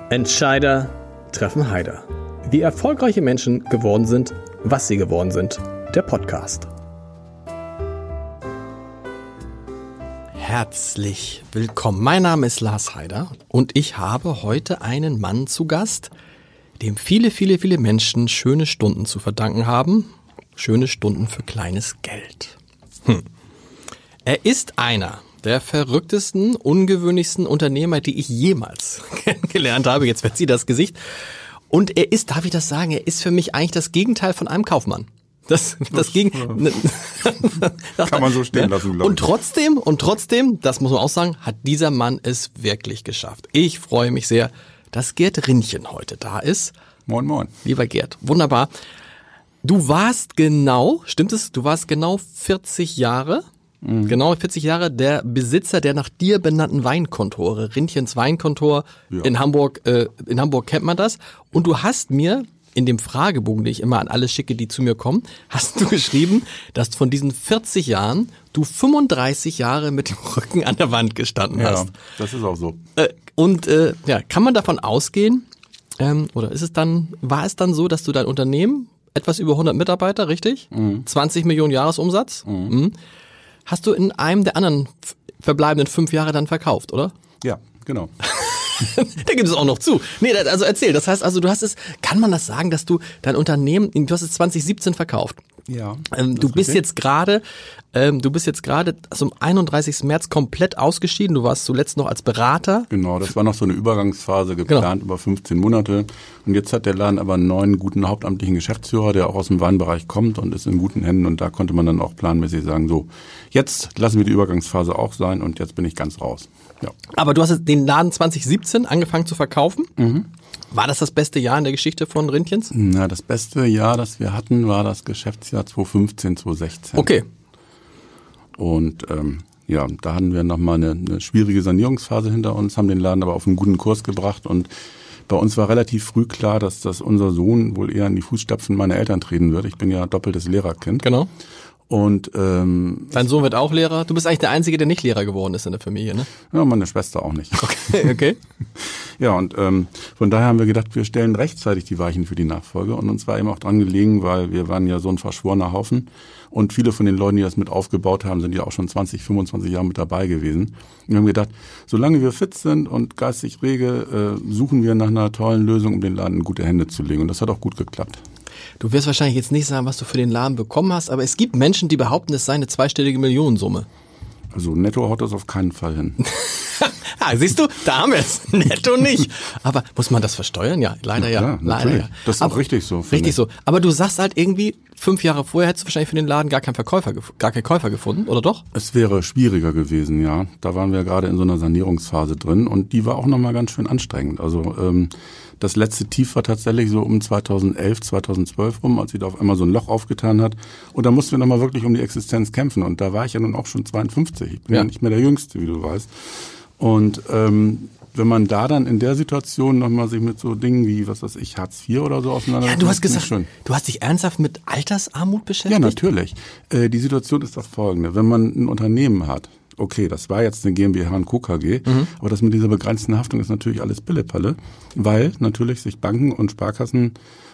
Entscheider treffen Heider. Wie erfolgreiche Menschen geworden sind, was sie geworden sind. Der Podcast. Herzlich willkommen. Mein Name ist Lars Heider und ich habe heute einen Mann zu Gast, dem viele Menschen schöne Stunden zu verdanken haben. Schöne Stunden für kleines Geld. Er ist einer der verrücktesten, ungewöhnlichsten Unternehmer, die ich jemals kennengelernt habe. Jetzt verzieht das Gesicht. Und er ist, darf ich das sagen, er ist für mich eigentlich das Gegenteil von einem Kaufmann. Das kann man so stehen lassen, glaube ich. Und trotzdem, das muss man auch sagen, hat dieser Mann es wirklich geschafft. Ich freue mich sehr, dass Gerd Rinchen heute da ist. Moin, moin. Lieber Gerd, wunderbar. Du warst genau, stimmt es? Du warst genau 40 Jahre, genau 40 Jahre der Besitzer der nach dir benannten Weinkontore, Rinchens Weinkontor in Hamburg. In Hamburg kennt man das. Und du hast mir in dem Fragebogen, den ich immer an alle schicke, die zu mir kommen, hast du geschrieben, dass von diesen 40 Jahren du 35 Jahre mit dem Rücken an der Wand gestanden hast. Ja, das ist auch so. Kann man davon ausgehen, oder war es dann so, dass du dein Unternehmen, etwas über 100 Mitarbeiter, richtig? 20 Millionen Jahresumsatz? Hast du in einem der anderen verbleibenden 5 Jahre dann verkauft, oder? Ja, genau. Da gibt es auch noch zu. Nee, also erzähl. Das heißt also, kann man das sagen, dass du dein Unternehmen, du hast es 2017 verkauft. Ja. Du bist jetzt gerade am 31. März komplett ausgeschieden. Du warst zuletzt noch als Berater. Genau, das war noch so eine Übergangsphase, geplant über 15 Monate. Und jetzt hat der Laden aber einen neuen, guten hauptamtlichen Geschäftsführer, der auch aus dem Weinbereich kommt und ist in guten Händen. Und da konnte man dann auch planmäßig sagen, so, jetzt lassen wir die Übergangsphase auch sein und jetzt bin ich ganz raus. Ja. Aber du hast den Laden 2017 angefangen zu verkaufen. War das beste Jahr in der Geschichte von Rinchens? Na, das beste Jahr, das wir hatten, war das Geschäftsjahr 2015, 2016. Okay. Und da hatten wir nochmal eine schwierige Sanierungsphase hinter uns, haben den Laden aber auf einen guten Kurs gebracht. Und bei uns war relativ früh klar, dass unser Sohn wohl eher in die Fußstapfen meiner Eltern treten wird. Ich bin ja doppeltes Lehrerkind. Genau. Und dein Sohn wird auch Lehrer? Du bist eigentlich der Einzige, der nicht Lehrer geworden ist in der Familie, ne? Ja, meine Schwester auch nicht. Okay. Ja, und von daher haben wir gedacht, wir stellen rechtzeitig die Weichen für die Nachfolge. Und uns war eben auch dran gelegen, weil wir waren ja so ein verschworener Haufen. Und viele von den Leuten, die das mit aufgebaut haben, sind ja auch schon 20, 25 Jahre mit dabei gewesen. Und wir haben gedacht, solange wir fit sind und geistig rege, suchen wir nach einer tollen Lösung, um den Laden in gute Hände zu legen. Und das hat auch gut geklappt. Du wirst wahrscheinlich jetzt nicht sagen, was du für den Laden bekommen hast, aber es gibt Menschen, die behaupten, es sei eine zweistellige Millionensumme. Also netto haut das auf keinen Fall hin. Siehst du, da haben wir es. Netto nicht. Aber muss man das versteuern? Ja, leider ja. Leider ja. Das ist auch aber richtig so. Richtig so. Aber du sagst halt irgendwie, 5 Jahre vorher hättest du wahrscheinlich für den Laden gar keinen Käufer gefunden, oder doch? Es wäre schwieriger gewesen, ja. Da waren wir gerade in so einer Sanierungsphase drin und die war auch nochmal ganz schön anstrengend. Also das letzte Tief war tatsächlich so um 2011, 2012 rum, als sich da auf einmal so ein Loch aufgetan hat. Und da mussten wir nochmal wirklich um die Existenz kämpfen. Und da war ich ja nun auch schon 52. Ich bin ja nicht mehr der Jüngste, wie du weißt. Und wenn man da dann in der Situation nochmal sich mit so Dingen wie, was weiß ich, Hartz IV oder so auseinandersetzt. Ja, du hast gesagt, du hast dich ernsthaft mit Altersarmut beschäftigt? Ja, natürlich. Die Situation ist das folgende. Wenn man ein Unternehmen hat, okay, das war jetzt eine GmbH und Co. KG, aber das mit dieser begrenzten Haftung ist natürlich alles Pillepalle, weil natürlich sich Banken und Sparkassen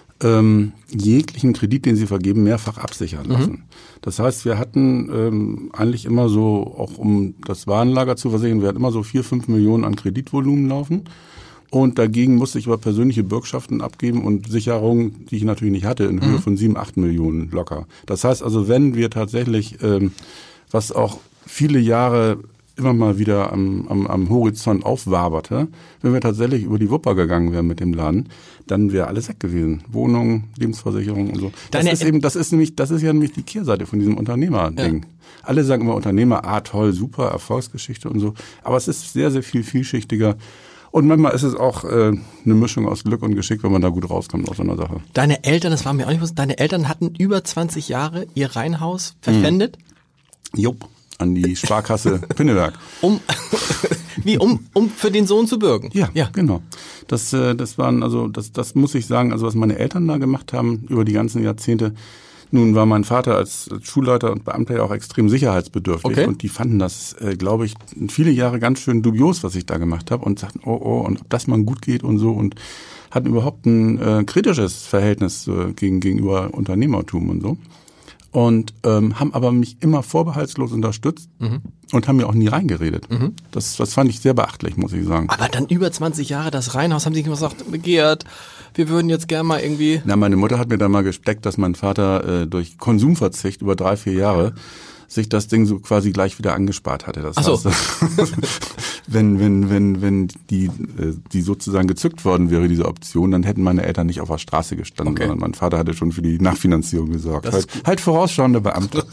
jeglichen Kredit, den sie vergeben, mehrfach absichern lassen. Das heißt, wir hatten eigentlich immer so, auch um das Warenlager zu versichern, wir hatten immer so 4-5 Millionen an Kreditvolumen laufen. Und dagegen musste ich aber persönliche Bürgschaften abgeben und Sicherungen, die ich natürlich nicht hatte, in Höhe von 7-8 Millionen locker. Das heißt also, wenn wir tatsächlich, was auch viele Jahre immer mal wieder am Horizont aufwaberte, wenn wir tatsächlich über die Wupper gegangen wären mit dem Laden, dann wäre alles weg gewesen. Wohnungen, Lebensversicherung und so. Das ist ja nämlich die Kehrseite von diesem Unternehmerding. Ja. Alle sagen immer Unternehmer, toll, super, Erfolgsgeschichte und so. Aber es ist sehr, sehr viel vielschichtiger. Und manchmal ist es auch eine Mischung aus Glück und Geschick, wenn man da gut rauskommt aus so einer Sache. Deine Eltern, das war mir auch nicht bewusst, deine Eltern hatten über 20 Jahre ihr Reihenhaus verpfändet? Jupp. An die Sparkasse Pinneberg. Um für den Sohn zu bürgen. Ja, genau. Das muss ich sagen, also was meine Eltern da gemacht haben über die ganzen Jahrzehnte, Nun war mein Vater als Schulleiter und Beamter ja auch extrem sicherheitsbedürftig. Okay. Und die fanden das, glaube ich, viele Jahre ganz schön dubios, was ich da gemacht habe und sagten, oh, und ob das mal gut geht und so und hatten überhaupt ein kritisches Verhältnis gegenüber Unternehmertum und so. Und haben aber mich immer vorbehaltslos unterstützt und haben mir auch nie reingeredet. Das fand ich sehr beachtlich, muss ich sagen. Aber dann über 20 Jahre das Reihenhaus, haben sie gesagt, begehrt, wir würden jetzt gerne mal irgendwie... Na, meine Mutter hat mir da mal gesteckt, dass mein Vater durch Konsumverzicht über 3-4 Jahre sich das Ding so quasi gleich wieder angespart hatte. Das heißt, wenn die sozusagen gezückt worden wäre, diese Option, dann hätten meine Eltern nicht auf der Straße gestanden, sondern mein Vater hatte schon für die Nachfinanzierung gesorgt. Halt vorausschauende Beamte.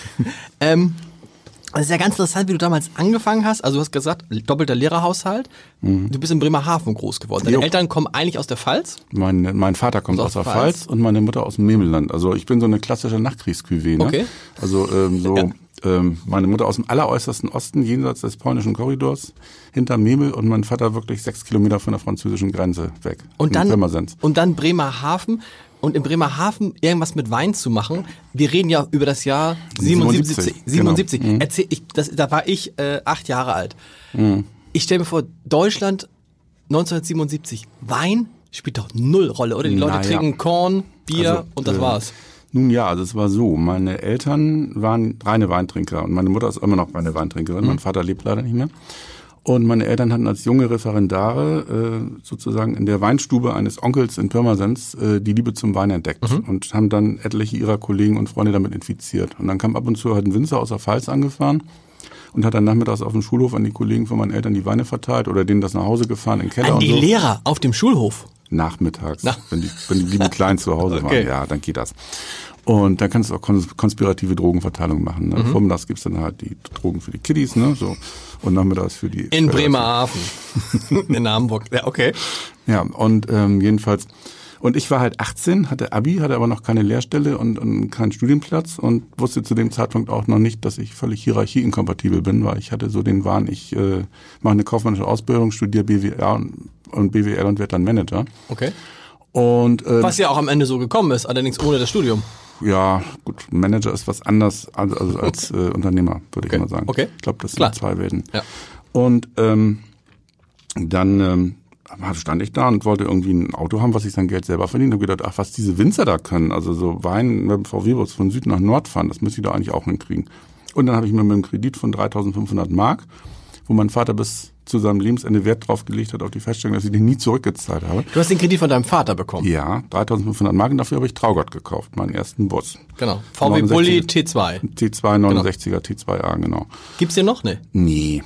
Das ist ja ganz interessant, wie du damals angefangen hast. Also du hast gesagt, doppelter Lehrerhaushalt. Du bist in Bremerhaven groß geworden. Deine Eltern kommen eigentlich aus der Pfalz? Mein Vater kommt aus der Pfalz und meine Mutter aus dem Memelland. Also ich bin so eine klassische Nachkriegs-Cuvée, ne? Okay. Also meine Mutter aus dem alleräußersten Osten, jenseits des polnischen Korridors, hinter Memel und mein Vater wirklich 6 Kilometer von der französischen Grenze weg. Und dann Bremerhaven. Und in Bremerhaven irgendwas mit Wein zu machen, wir reden ja über das Jahr 77. Genau. Da war ich 8 Jahre alt. Ich stelle mir vor, Deutschland 1977, Wein spielt doch null Rolle, oder? Die Leute trinken Korn, Bier und das war's. Nun ja, also es war so, meine Eltern waren reine Weintrinker und meine Mutter ist immer noch reine Weintrinkerin, mein Vater lebt leider nicht mehr. Und meine Eltern hatten als junge Referendare sozusagen in der Weinstube eines Onkels in Pirmasens die Liebe zum Wein entdeckt und haben dann etliche ihrer Kollegen und Freunde damit infiziert. Und dann kam ab und zu halt ein Winzer aus der Pfalz angefahren und hat dann nachmittags auf dem Schulhof an die Kollegen von meinen Eltern die Weine verteilt oder denen das nach Hause gefahren in den Keller. An die Lehrer auf dem Schulhof? Nachmittags, wenn die lieben Kleinen zu Hause waren, ja, dann geht das. Und dann kannst du auch konspirative Drogenverteilung machen. Ne? Vormittags gibt's dann halt die Drogen für die Kiddies, ne, so, und nachmittags für die... In Bremerhaven. In Hamburg, ja, okay. Ja, und jedenfalls... Und ich war halt 18, hatte Abi, hatte aber noch keine Lehrstelle und keinen Studienplatz und wusste zu dem Zeitpunkt auch noch nicht, dass ich völlig hierarchieinkompatibel bin, weil ich hatte so den Wahn, ich mache eine kaufmännische Ausbildung, studiere BWL und werde dann Manager. Okay. Und was ja auch am Ende so gekommen ist, allerdings ohne das Studium. Ja, gut, Manager ist was anderes als Unternehmer, würde ich mal sagen. Okay. Ich glaube, das sind zwei Welten. Ja. Und dann stand ich da und wollte irgendwie ein Auto haben, was ich sein Geld selber verdiene. Und habe gedacht, ach, was diese Winzer da können, also so Wein mit dem VW-Bus von Süd nach Nord fahren, das müsste ich doch eigentlich auch hinkriegen. Und dann habe ich mir mit einem Kredit von 3.500 Mark, wo mein Vater bis zu seinem Lebensende Wert drauf gelegt hat, auf die Feststellung, dass ich den nie zurückgezahlt habe. Du hast den Kredit von deinem Vater bekommen? Ja, 3.500 Mark und dafür habe ich Traugott gekauft, meinen ersten Bus. Genau, VW Bulli T2. T2, 69er, T2A, genau. Gibt's den noch? Nee,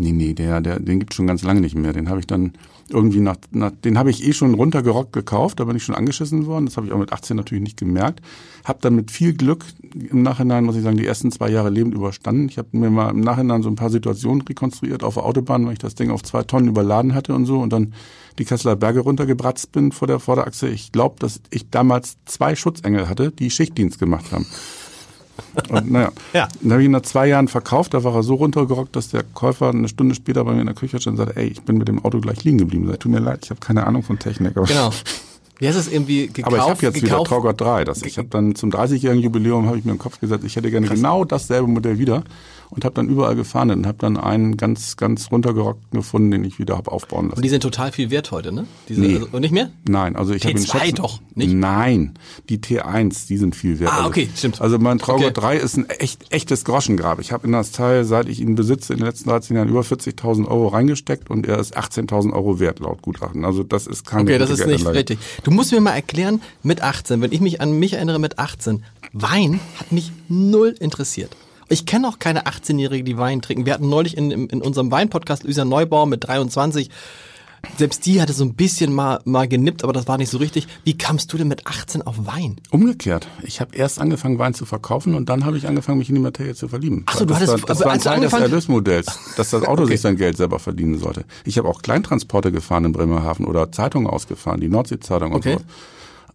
den gibt's schon ganz lange nicht mehr. Den habe ich dann irgendwie den habe ich schon runtergerockt gekauft, da bin ich schon angeschissen worden. Das habe ich auch mit 18 natürlich nicht gemerkt. Habe dann mit viel Glück im Nachhinein, muss ich sagen, die ersten 2 Jahre lebend überstanden. Ich habe mir mal im Nachhinein so ein paar Situationen rekonstruiert auf der Autobahn, weil ich das Ding auf 2 Tonnen überladen hatte und so und dann die Kasseler Berge runtergebratzt bin vor der Vorderachse. Ich glaube, dass ich damals 2 Schutzengel hatte, die Schichtdienst gemacht haben. Und naja, dann habe ich ihn nach 2 Jahren verkauft, da war er so runtergerockt, dass der Käufer eine Stunde später bei mir in der Küche stand und sagte, ey, ich bin mit dem Auto gleich liegen geblieben. Tut mir leid, ich habe keine Ahnung von Technik. Aber genau. Wie hast du es irgendwie gekauft? Aber ich habe jetzt wieder Traugott 3. Ich habe dann zum 30-jährigen Jubiläum habe ich mir im Kopf gesetzt, ich hätte gerne genau dasselbe Modell wieder und habe dann überall gefahren und habe dann einen ganz, ganz runtergerockten gefunden, den ich wieder habe aufbauen lassen. Und die sind total viel wert heute, ne? Nee. Und nicht mehr? Nein, also ich habe ihn T2 doch, nicht? Nein, die T1, die sind viel wert. Okay, stimmt. Also mein Traugott 3 ist ein echtes Groschengrab. Ich habe in das Teil, seit ich ihn besitze, in den letzten 13 Jahren über 40.000 Euro reingesteckt und er ist 18.000 Euro wert, laut Gutachten. Also das ist keine Okay, das ist nicht richtig. Du musst mir mal erklären, mit 18, wenn ich mich an mich erinnere mit 18, Wein hat mich null interessiert. Ich kenne auch keine 18-Jährige, die Wein trinken. Wir hatten neulich in unserem Weinpodcast Luisa Neubauer mit 23, selbst die hatte so ein bisschen mal genippt, aber das war nicht so richtig. Wie kamst du denn mit 18 auf Wein? Umgekehrt. Ich habe erst angefangen, Wein zu verkaufen und dann habe ich angefangen, mich in die Materie zu verlieben. Ach so, das war ein Teil des Erlösmodells, dass das Auto sich sein Geld selber verdienen sollte. Ich habe auch Kleintransporte gefahren in Bremerhaven oder Zeitungen ausgefahren, die Nordsee-Zeitung und so.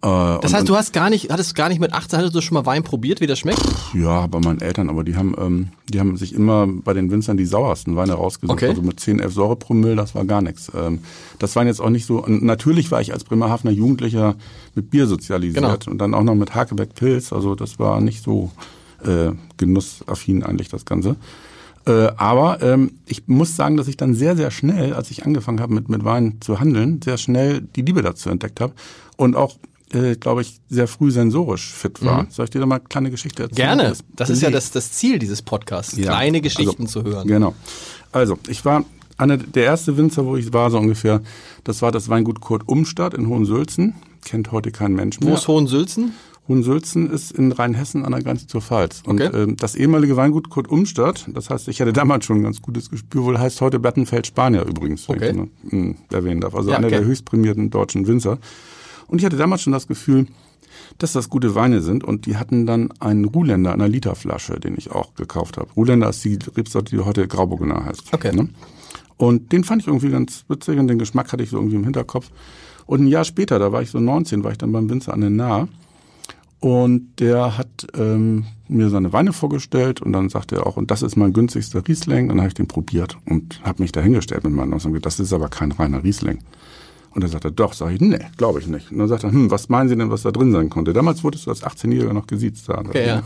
Das heißt, hattest gar nicht mit 18, hattest du schon mal Wein probiert, wie das schmeckt? Ja, bei meinen Eltern, aber die haben sich immer bei den Winzern die sauersten Weine rausgesucht. Okay. Also mit 10, 11 Säurepromille, das war gar nichts. Das waren jetzt auch nicht so, natürlich war ich als Bremerhavener Jugendlicher mit Bier sozialisiert. Genau. Und dann auch noch mit Hakebeck Pils, also das war nicht so genussaffin eigentlich das Ganze. Aber ich muss sagen, dass ich dann sehr, sehr schnell, als ich angefangen habe mit Wein zu handeln, sehr schnell die Liebe dazu entdeckt habe und auch glaube ich, sehr früh sensorisch fit war. Soll ich dir da mal eine kleine Geschichte erzählen? Gerne. Das ist ja das Ziel dieses Podcasts, kleine Geschichten zu hören. Genau. Also, ich war der erste Winzer, wo ich war, so ungefähr, das war das Weingut Kurt Umstadt in Hohensülzen. Kennt heute kein Mensch mehr. Wo ist Hohensülzen? Hohensülzen ist in Rheinhessen an der Grenze zur Pfalz. Okay. Und das ehemalige Weingut Kurt Umstadt, das heißt, ich hatte damals schon ein ganz gutes Gespür, wohl heißt heute Battenfeld Spanier übrigens, wenn ich das erwähnen darf. Also einer der höchst prämierten deutschen Winzer. Und ich hatte damals schon das Gefühl, dass das gute Weine sind. Und die hatten dann einen Ruländer in einer Literflasche, den ich auch gekauft habe. Ruländer ist die Rebsorte, die heute Grauburgunder heißt. Okay. Ne? Und den fand ich irgendwie ganz witzig und den Geschmack hatte ich so irgendwie im Hinterkopf. Und ein Jahr später, da war ich so 19, war ich dann beim Winzer an der Nahe. Und der hat mir seine Weine vorgestellt und dann sagte er auch, und das ist mein günstigster Riesling. Und dann habe ich den probiert und habe mich dahingestellt mit meinen Aussagen. Das ist aber kein reiner Riesling. Und dann sagt er, doch, sage ich, nee, glaube ich nicht. Und dann sagt er, was meinen Sie denn, was da drin sein konnte? Damals wurdest du als 18-Jähriger noch gesiezt. Okay, ja.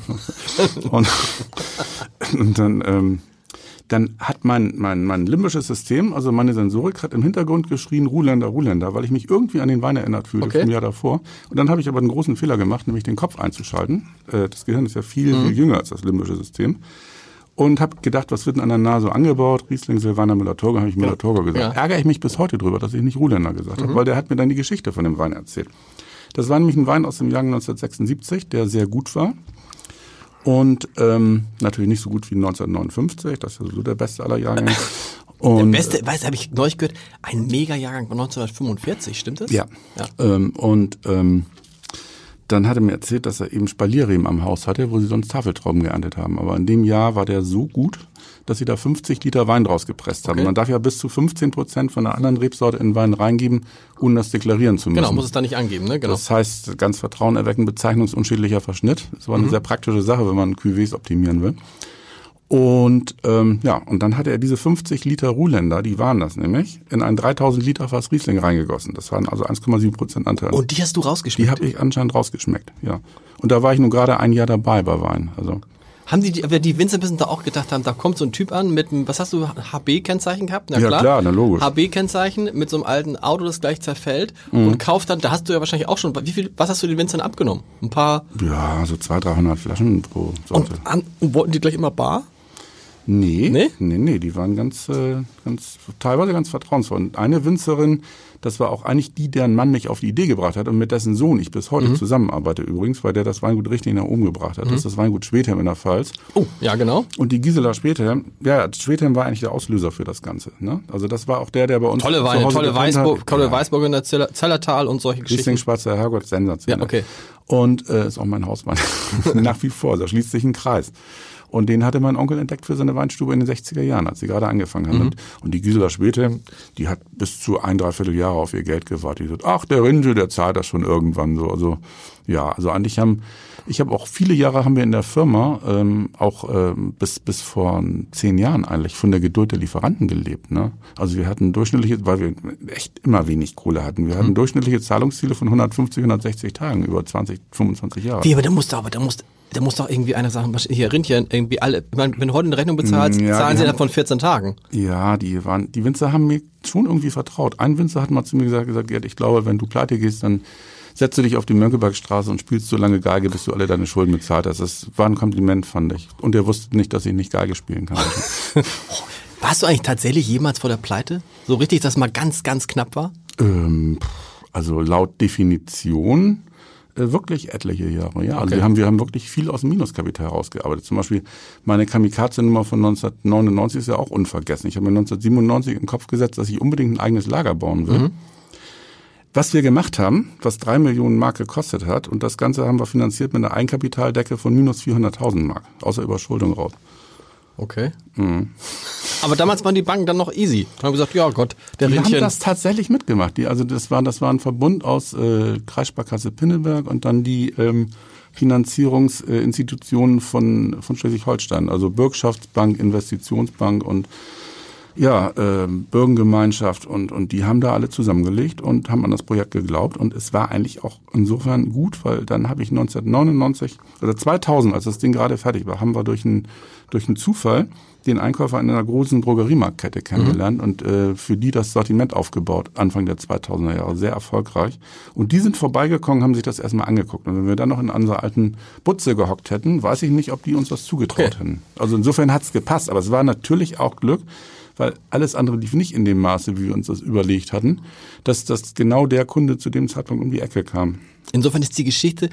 Und dann hat mein limbisches System, also meine Sensorik, hat im Hintergrund geschrien, Ruländer, Ruländer, weil ich mich irgendwie an den Wein erinnert fühle vom Jahr davor. Und dann habe ich aber einen großen Fehler gemacht, nämlich den Kopf einzuschalten. Das Gehirn ist ja viel jünger als das limbische System. Und habe gedacht, was wird denn an der Nase angebaut? Riesling, Silvaner, Müller-Thurgau, habe ich Müller-Thurgau gesagt. Ja. Ärgere ich mich bis heute drüber, dass ich nicht Ruländer gesagt habe, weil der hat mir dann die Geschichte von dem Wein erzählt. Das war nämlich ein Wein aus dem Jahr 1976, der sehr gut war. Und natürlich nicht so gut wie 1959, das ist ja so der beste aller Jahrgänge. Und, der beste, habe ich neulich gehört, ein Mega-Jahrgang von 1945, stimmt das? Ja. Dann hat er mir erzählt, dass er eben Spalierreben am Haus hatte, wo sie sonst Tafeltrauben geerntet haben. Aber in dem Jahr war der so gut, dass sie da 50 Liter Wein draus gepresst haben. Man darf ja bis zu 15% von einer anderen Rebsorte in den Wein reingeben, ohne das deklarieren zu müssen. Genau, muss es da nicht angeben, ne? Genau. Das heißt, ganz vertrauenerweckend, bezeichnungsunschädlicher Verschnitt. Das war eine sehr praktische Sache, wenn man Cuvées optimieren will. Und und dann hatte er diese 50 Liter Ruländer, die waren das nämlich, in ein 3000 Liter Fass Riesling reingegossen. Das waren also 1,7% Anteil. Und die hast du rausgeschmeckt? Die habe ich anscheinend rausgeschmeckt, ja. Und da war ich nun gerade ein Jahr dabei bei Wein. Also haben die Winzer müssen da auch gedacht haben, da kommt so ein Typ an mit einem, was hast du, HB-Kennzeichen gehabt? Na klar. Ja klar, na logisch. HB-Kennzeichen mit so einem alten Auto, das gleich zerfällt und kauft dann, da hast du ja wahrscheinlich auch schon, was hast du den Winzern abgenommen? Ein paar? Ja, so 200-300 Flaschen pro Sorte. Und wollten die gleich immer bar? Nee, die waren teilweise ganz vertrauensvoll. Und eine Winzerin, das war auch eigentlich die, deren Mann mich auf die Idee gebracht hat und mit dessen Sohn ich bis heute zusammenarbeite übrigens, weil der das Weingut richtig nach oben gebracht hat. Das ist das Weingut Schwedhelm in der Pfalz. Oh, ja genau. Und die Gisela Schwedhelm, Schwedhelm war eigentlich der Auslöser für das Ganze. Ne? Also das war auch der bei uns tolle Weine, tolle Weißburg in der Zellertal und solche Geschichten. Riesling, Schwarzer Herrgott, sensationell. Ja, okay. Und ist auch mein Hauswein nach wie vor, da schließt sich ein Kreis. Und den hatte mein Onkel entdeckt für seine Weinstube in den 60er Jahren, als sie gerade angefangen haben. Und die Gisela Schwedhelm, die hat bis zu 1,75 Jahre auf ihr Geld gewartet. Die sagt, ach, der Rindel, der zahlt das schon irgendwann so. Also eigentlich ich habe auch viele Jahre haben wir in der Firma bis vor 10 Jahren eigentlich von der Geduld der Lieferanten gelebt. Ne? Also wir hatten weil wir echt immer wenig Kohle hatten. Wir hatten durchschnittliche Zahlungsziele von 150, 160 Tagen über 20, 25 Jahre. Wie, aber da muss doch irgendwie einer sagen, hier Rindchen, irgendwie alle, wenn du heute eine Rechnung bezahlst, zahlen sie dann von 14 Tagen. Ja, die Winzer haben mir schon irgendwie vertraut. Ein Winzer hat mal zu mir gesagt, Gerd, ich glaube, wenn du pleite gehst, dann setzt du dich auf die Mönckebergstraße und spielst so lange Geige, bis du alle deine Schulden bezahlt hast. Das war ein Kompliment, fand ich. Und er wusste nicht, dass ich nicht Geige spielen kann. Warst du eigentlich tatsächlich jemals vor der Pleite? So richtig, dass mal ganz, ganz knapp war? Also laut Definition wirklich etliche Jahre, ja. Also wir haben wirklich viel aus dem Minuskapital rausgearbeitet. Zum Beispiel meine Kamikaze-Nummer von 1999 ist ja auch unvergessen. Ich habe mir 1997 in den Kopf gesetzt, dass ich unbedingt ein eigenes Lager bauen will. Was wir gemacht haben, was 3 Millionen Mark gekostet hat, und das Ganze haben wir finanziert mit einer Eigenkapitaldecke von minus 400.000 Mark, außer Überschuldung raus. Okay. Aber damals waren die Banken dann noch easy. Haben gesagt, ja Gott, der Die Rinnchen. haben das tatsächlich mitgemacht. Das war ein Verbund aus Kreissparkasse Pinneberg und dann die Finanzierungsinstitutionen von Schleswig-Holstein, also Bürgschaftsbank, Investitionsbank und Bürgengemeinschaft und die haben da alle zusammengelegt und haben an das Projekt geglaubt und es war eigentlich auch insofern gut, weil dann habe ich 1999 oder 2000, als das Ding gerade fertig war, haben wir durch einen Zufall den Einkäufer in einer großen Drogeriemarktkette kennengelernt und für die das Sortiment aufgebaut, Anfang der 2000er Jahre, sehr erfolgreich. Und die sind vorbeigekommen, haben sich das erstmal angeguckt. Und wenn wir dann noch in unserer alten Butze gehockt hätten, weiß ich nicht, ob die uns das zugetraut hätten. Also insofern hat's gepasst, aber es war natürlich auch Glück, weil alles andere lief nicht in dem Maße, wie wir uns das überlegt hatten, dass das genau der Kunde zu dem Zeitpunkt um die Ecke kam. Insofern ist die Geschichte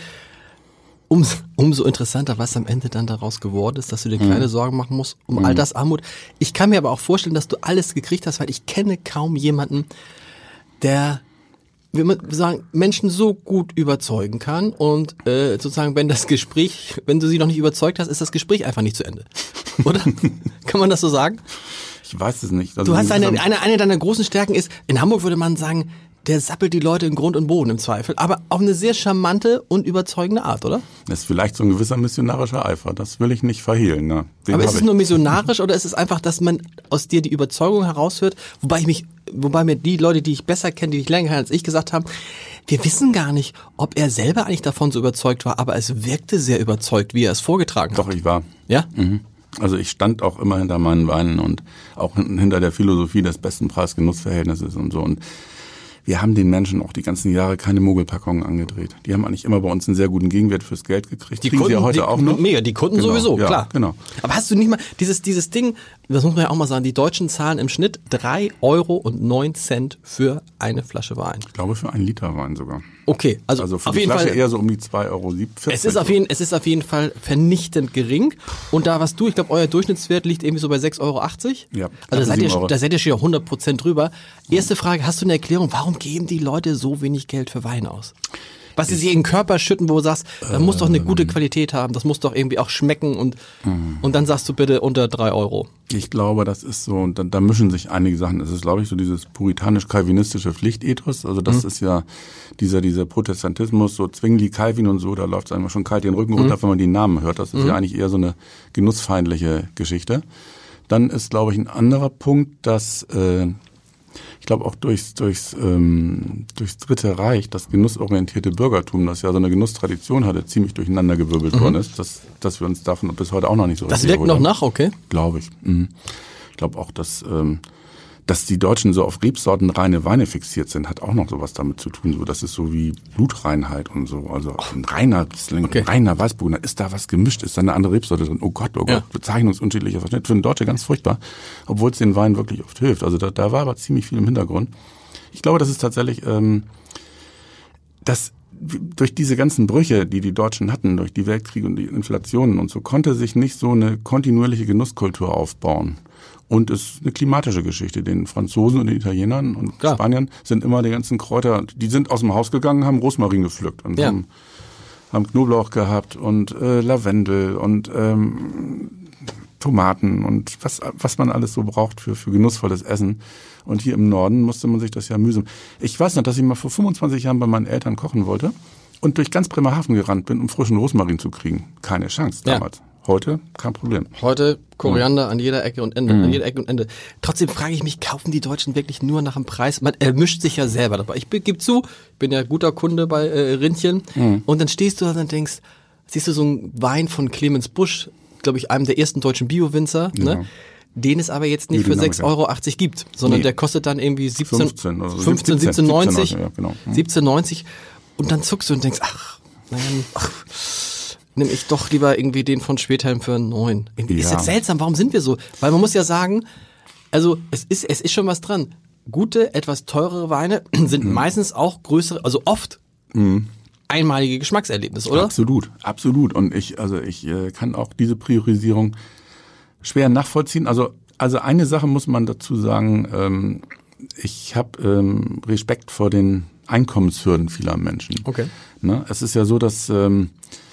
umso interessanter, was am Ende dann daraus geworden ist, dass du dir keine Sorgen machen musst um Altersarmut. Ich kann mir aber auch vorstellen, dass du alles gekriegt hast, weil ich kenne kaum jemanden, der, wie man sagen, Menschen so gut überzeugen kann und sozusagen, wenn du sie noch nicht überzeugt hast, ist das Gespräch einfach nicht zu Ende. Oder? Kann man das so sagen? Ich weiß es nicht. Also du hast eine deiner großen Stärken ist, in Hamburg würde man sagen, der sappelt die Leute in Grund und Boden im Zweifel, aber auf eine sehr charmante und überzeugende Art, oder? Das ist vielleicht so ein gewisser missionarischer Eifer, das will ich nicht verhehlen. Ne? Aber ist es nur missionarisch oder ist es einfach, dass man aus dir die Überzeugung heraushört, wobei mir die Leute, die ich besser kenne, die ich länger kenne als ich, gesagt haben, wir wissen gar nicht, ob er selber eigentlich davon so überzeugt war, aber es wirkte sehr überzeugt, wie er es vorgetragen hat. Doch, ich war. Ja? Mhm. Also ich stand auch immer hinter meinen Weinen und auch hinter der Philosophie des besten Preis-Genuss-Verhältnisses und so. Und wir haben den Menschen auch die ganzen Jahre keine Mogelpackungen angedreht. Die haben eigentlich immer bei uns einen sehr guten Gegenwert fürs Geld gekriegt. Die Kunden, sie ja heute auch noch. Mega, die Kunden genau, sowieso, ja, klar. Genau. Aber hast du nicht mal dieses Ding, das muss man ja auch mal sagen, die Deutschen zahlen im Schnitt 3,09 € für eine Flasche Wein. Ich glaube für 1 Liter Wein sogar. Okay, also für auf die jeden Flasche Fall eher so um die 2,40 €. Es ist auf jeden Fall vernichtend gering. Und da ich glaube, euer Durchschnittswert liegt irgendwie so bei 6,80 €. Ja. Also da seid ihr schon 100% drüber. Erste Frage, hast du eine Erklärung, warum geben die Leute so wenig Geld für Wein aus? Was sie sich in den Körper schütten, wo du sagst, da muss doch eine gute Qualität haben, das muss doch irgendwie auch schmecken und dann sagst du bitte unter 3 €. Ich glaube, das ist so, da mischen sich einige Sachen. Es ist, glaube ich, so dieses puritanisch-calvinistische Pflichtethos. Also das ist ja dieser Protestantismus, so Zwingli, Calvin und so, da läuft es einem schon kalt den Rücken runter, wenn man die Namen hört. Das ist ja eigentlich eher so eine genussfeindliche Geschichte. Dann ist, glaube ich, ein anderer Punkt, dass ich glaube auch durchs Dritte Reich das genussorientierte Bürgertum, das ja so eine Genusstradition hatte, ziemlich durcheinandergewirbelt worden ist, dass wir uns davon bis heute auch noch nicht so Das wirkt noch nach, okay? Glaube ich. Ich glaube auch, dass die Deutschen so auf rebsortenreine Weine fixiert sind, hat auch noch sowas damit zu tun. So, das ist so wie Blutreinheit und so. Also ein reiner Riesling, ein reiner Weißburgunder, ist da was gemischt, ist da eine andere Rebsorte drin? Oh Gott, bezeichnungsunschädlicher Verschnitt. Für den Deutsche ganz furchtbar, obwohl es den Wein wirklich oft hilft. Also da war aber ziemlich viel im Hintergrund. Ich glaube, das ist tatsächlich, dass durch diese ganzen Brüche, die Deutschen hatten, durch die Weltkriege und die Inflationen und so, konnte sich nicht so eine kontinuierliche Genusskultur aufbauen. Und es ist eine klimatische Geschichte. Den Franzosen und den Italienern und Spaniern sind immer die ganzen Kräuter, die sind aus dem Haus gegangen, haben Rosmarin gepflückt und haben Knoblauch gehabt und Lavendel und Tomaten und was man alles so braucht für genussvolles Essen. Und hier im Norden musste man sich das ja mühsam. Ich weiß noch, dass ich mal vor 25 Jahren bei meinen Eltern kochen wollte und durch ganz Bremerhaven gerannt bin, um frischen Rosmarin zu kriegen. Keine Chance damals. Heute kein Problem. Heute Koriander an jeder Ecke und Ende, an jeder Ecke und Ende. Trotzdem frage ich mich, kaufen die Deutschen wirklich nur nach dem Preis? Man mischt sich ja selber dabei. Ich gebe zu, ich bin ja guter Kunde bei Rinnchen. Und dann stehst du da und denkst, siehst du so einen Wein von Clemens Busch, glaube ich, einem der ersten deutschen Bio-Winzer, ne? Den es aber jetzt nicht für 6,80 € gibt, sondern der kostet dann irgendwie 17,90 €. Ja, genau. 17,90 € und dann zuckst du und denkst, nimm ich doch lieber irgendwie den von Schwedhelm für 9. Ist jetzt seltsam, warum sind wir so? Weil man muss ja sagen, also es ist schon was dran. Gute, etwas teurere Weine sind meistens auch größere, also oft einmalige Geschmackserlebnisse, oder? Absolut. Und ich kann auch diese Priorisierung schwer nachvollziehen. Also eine Sache muss man dazu sagen, ich habe Respekt vor den Einkommenshürden vieler Menschen. Okay. Ne? Es ist ja so, dass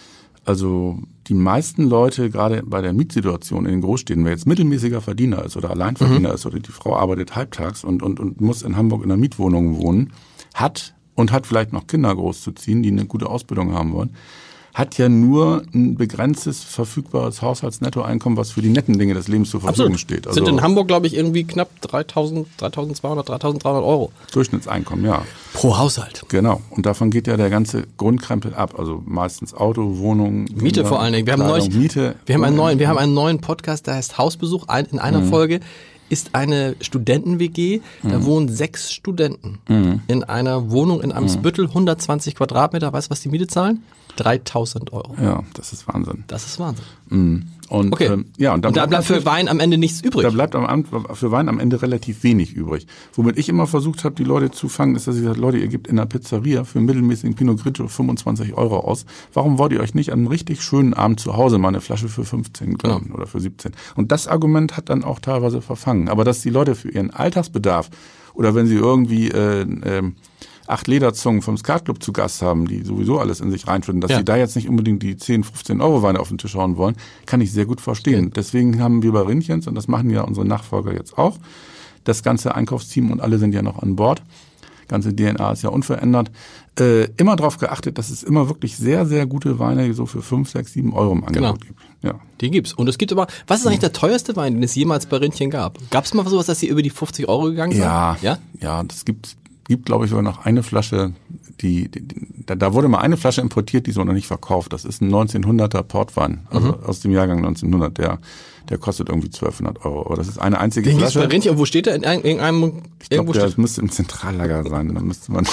Also die meisten Leute, gerade bei der Mietsituation in den Großstädten, wer jetzt mittelmäßiger Verdiener ist oder Alleinverdiener ist oder die Frau arbeitet halbtags und muss in Hamburg in einer Mietwohnung wohnen, hat vielleicht noch Kinder großzuziehen, die eine gute Ausbildung haben wollen, hat ja nur ein begrenztes, verfügbares Haushaltsnettoeinkommen, was für die netten Dinge des Lebens zur Verfügung steht. Also sind in Hamburg, glaube ich, irgendwie knapp 3.200, 3.300 Euro. Durchschnittseinkommen, ja. Pro Haushalt. Genau. Und davon geht ja der ganze Grundkrempel ab. Also meistens Auto, Wohnung, Miete Kinder, vor allen Dingen. Wir haben einen neuen Podcast, der heißt Hausbesuch. In einer Folge ist eine Studenten-WG. Da wohnen 6 Studenten in einer Wohnung in Eimsbüttel, 120 Quadratmeter. Weißt du, was die Miete zahlen? 3.000 Euro. Ja, das ist Wahnsinn. Das ist Wahnsinn. Und, okay. Und da bleibt für Wein am Ende nichts übrig. Da bleibt für Wein am Ende relativ wenig übrig. Womit ich immer versucht habe, die Leute zu fangen, ist, dass ich sage, Leute, ihr gebt in der Pizzeria für einen mittelmäßigen Pinot Grigio 25 Euro aus. Warum wollt ihr euch nicht an einem richtig schönen Abend zu Hause mal eine Flasche für 15 gönnen oder für 17? Und das Argument hat dann auch teilweise verfangen. Aber dass die Leute für ihren Alltagsbedarf oder wenn sie irgendwie 8 Lederzungen vom Skatclub zu Gast haben, die sowieso alles in sich reinfinden, dass sie da jetzt nicht unbedingt die 10, 15 Euro Weine auf den Tisch hauen wollen, kann ich sehr gut verstehen. Okay. Deswegen haben wir bei Rindchens, und das machen ja unsere Nachfolger jetzt auch, das ganze Einkaufsteam und alle sind ja noch an Bord, ganze DNA ist ja unverändert, immer darauf geachtet, dass es immer wirklich sehr, sehr gute Weine so für 5, 6, 7 Euro im Angebot gibt. Ja. Die gibt's. Und es gibt aber, was ist eigentlich der teuerste Wein, den es jemals bei Rindchen gab? Gab es mal sowas, dass sie über die 50 Euro gegangen sind? Ja, das gibt, glaube ich, sogar noch eine Flasche, da wurde mal eine Flasche importiert, die ist noch nicht verkauft. Das ist ein 1900er Portwein, also aus dem Jahrgang 1900, der kostet irgendwie 1.200 Euro. Aber das ist eine einzige Flasche. Den gibt's bei Rindchen. Und wo steht der? In irgendeinem? Ich glaube, der müsste im Zentrallager sein. Da müsste man.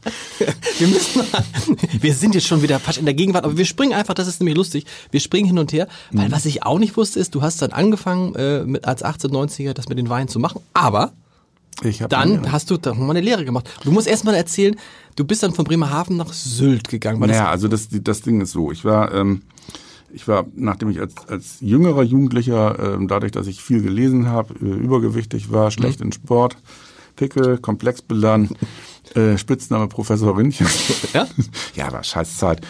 Wir sind jetzt schon wieder fast in der Gegenwart, aber wir springen einfach, das ist nämlich lustig, wir springen hin und her, weil was ich auch nicht wusste ist, du hast dann angefangen als 18-, 90er das mit den Weinen zu machen, aber dann hast du doch mal eine Lehre gemacht. Du musst erst mal erzählen, du bist dann von Bremerhaven nach Sylt gegangen. Also das Ding ist so, ich war, nachdem ich als jüngerer Jugendlicher, dadurch, dass ich viel gelesen habe, übergewichtig war, schlecht in Sport, Pickel, komplexbeladen, Spitzname Professor Rindchen. Ja? Ja, war scheiß Zeit.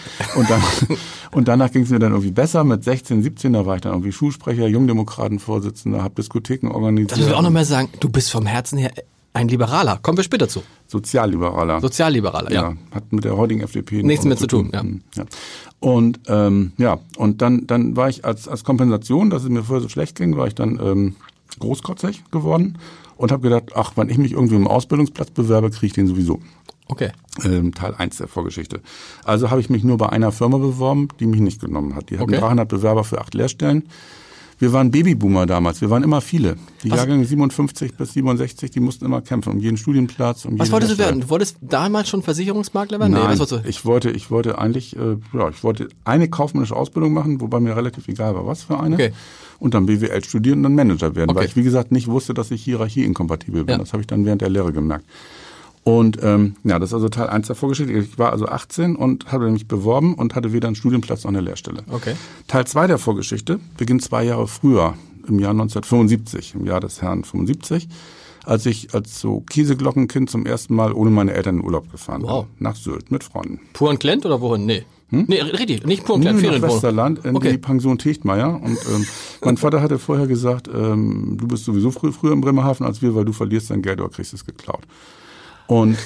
Und danach ging es mir dann irgendwie besser. Mit 16, 17, da war ich dann irgendwie Schulsprecher, Jungdemokratenvorsitzender, habe Diskotheken organisiert. Das will ich auch noch mal sagen, du bist vom Herzen her ein Liberaler. Kommen wir später zu. Sozialliberaler, ja. Hat mit der heutigen FDP nichts mehr zu tun. Ja. Und und dann war ich als Kompensation, dass es mir vorher so schlecht ging, war ich dann großkotzig geworden und habe gedacht, ach, wenn ich mich irgendwie im Ausbildungsplatz bewerbe, kriege ich den sowieso. Okay. Teil 1 der Vorgeschichte. Also habe ich mich nur bei einer Firma beworben, die mich nicht genommen hat. Die hatten 300 Bewerber für 8 Lehrstellen. Wir waren Babyboomer damals, wir waren immer viele. Die Jahrgänge 57 bis 67, die mussten immer kämpfen um jeden Studienplatz. Was wolltest du werden? Du wolltest damals schon Versicherungsmakler werden? Nein, ich wollte eigentlich, ich wollte eine kaufmännische Ausbildung machen, wobei mir relativ egal war, was für eine. Okay. Und dann BWL studieren und dann Manager werden, weil ich, wie gesagt, nicht wusste, dass ich hierarchieinkompatibel bin. Ja. Das habe ich dann während der Lehre gemerkt. Und das ist also Teil 1 der Vorgeschichte. Ich war also 18 und habe mich beworben und hatte weder einen Studienplatz noch eine Lehrstelle. Okay. Teil 2 der Vorgeschichte beginnt 2 Jahre früher, im Jahr 1975, im Jahr des Herrn 75, als ich als so Käseglockenkind zum ersten Mal ohne meine Eltern in Urlaub gefahren bin. Nach Sylt mit Freunden. Purenklent oder wohin? Nee. Nee, richtig, nicht Purenklent, Ferienwohnung. Nach Westerland in die Pension Techtmeier. Und mein Vater hatte vorher gesagt, du bist sowieso früher in Bremerhaven als wir, weil du verlierst dein Geld oder kriegst es geklaut. Und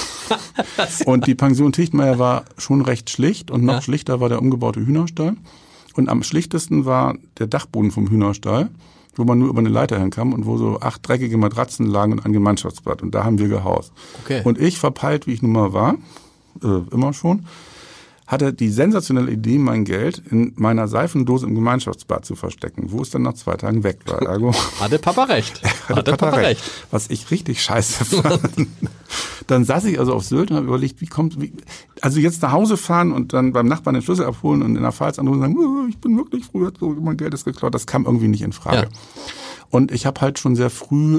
die Pension Techtmeier war schon recht schlicht und noch schlichter war der umgebaute Hühnerstall. Und am schlichtesten war der Dachboden vom Hühnerstall, wo man nur über eine Leiter hinkam und wo so 8 dreckige Matratzen lagen und ein Gemeinschaftsbad. Und da haben wir gehaust. Okay. Und ich, verpeilt wie ich nun mal war, immer schon, hatte die sensationelle Idee, mein Geld in meiner Seifendose im Gemeinschaftsbad zu verstecken, wo es dann nach 2 Tagen weg war. Ergo hatte Papa recht. Hatte Papa recht. Was ich richtig scheiße fand. Dann saß ich also auf Sylt und habe überlegt, also jetzt nach Hause fahren und dann beim Nachbarn den Schlüssel abholen und in der Pfalz anrufen und sagen, ich bin wirklich früher, so, mein Geld ist geklaut. Das kam irgendwie nicht in Frage. Ja. Und ich habe halt schon sehr früh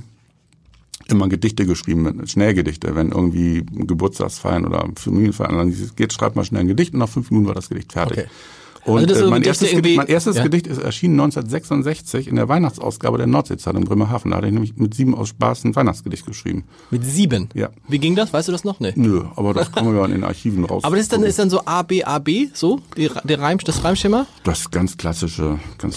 immer Gedichte geschrieben, Schnellgedichte, wenn irgendwie Geburtstagsfeiern oder Familienfeiern geht, schreibt mal schnell ein Gedicht und nach 5 Minuten war das Gedicht fertig. Okay. Und Also das ist so mein Gedichte erstes Gedicht ist erschienen 1966 in der Weihnachtsausgabe der Nordsee-Zeitung in Bremerhaven. Da hatte ich nämlich mit 7 aus Spaß ein Weihnachtsgedicht geschrieben. Mit 7? Ja. Wie ging das? Weißt du das noch? Nee. Nö, aber das kann man ja in den Archiven raus. Aber das ist dann so A, B, so? Das Reimschema? Das ganz klassische.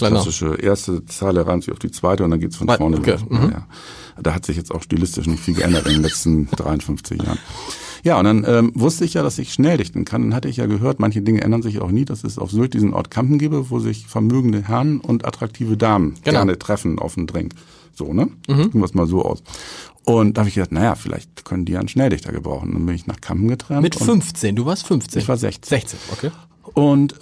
Erste Zeile reimt sich auf die zweite und dann geht's von vorne los. Ja. Da hat sich jetzt auch stilistisch nicht viel geändert in den letzten 53 Jahren. Ja, und dann wusste ich ja, dass ich schnell dichten kann. Dann hatte ich ja gehört, manche Dinge ändern sich auch nie, dass es auf Sylt diesen Ort Kampen gebe, wo sich vermögende Herren und attraktive Damen gerne treffen auf einen Drink. So, ne? Gehen wir es mal so aus. Und da habe ich gedacht, naja, vielleicht können die ja einen Schnelldichter gebrauchen. Dann bin ich nach Kampen getrennt. Mit 15, du warst 15? Ich war 16. 16, okay. Und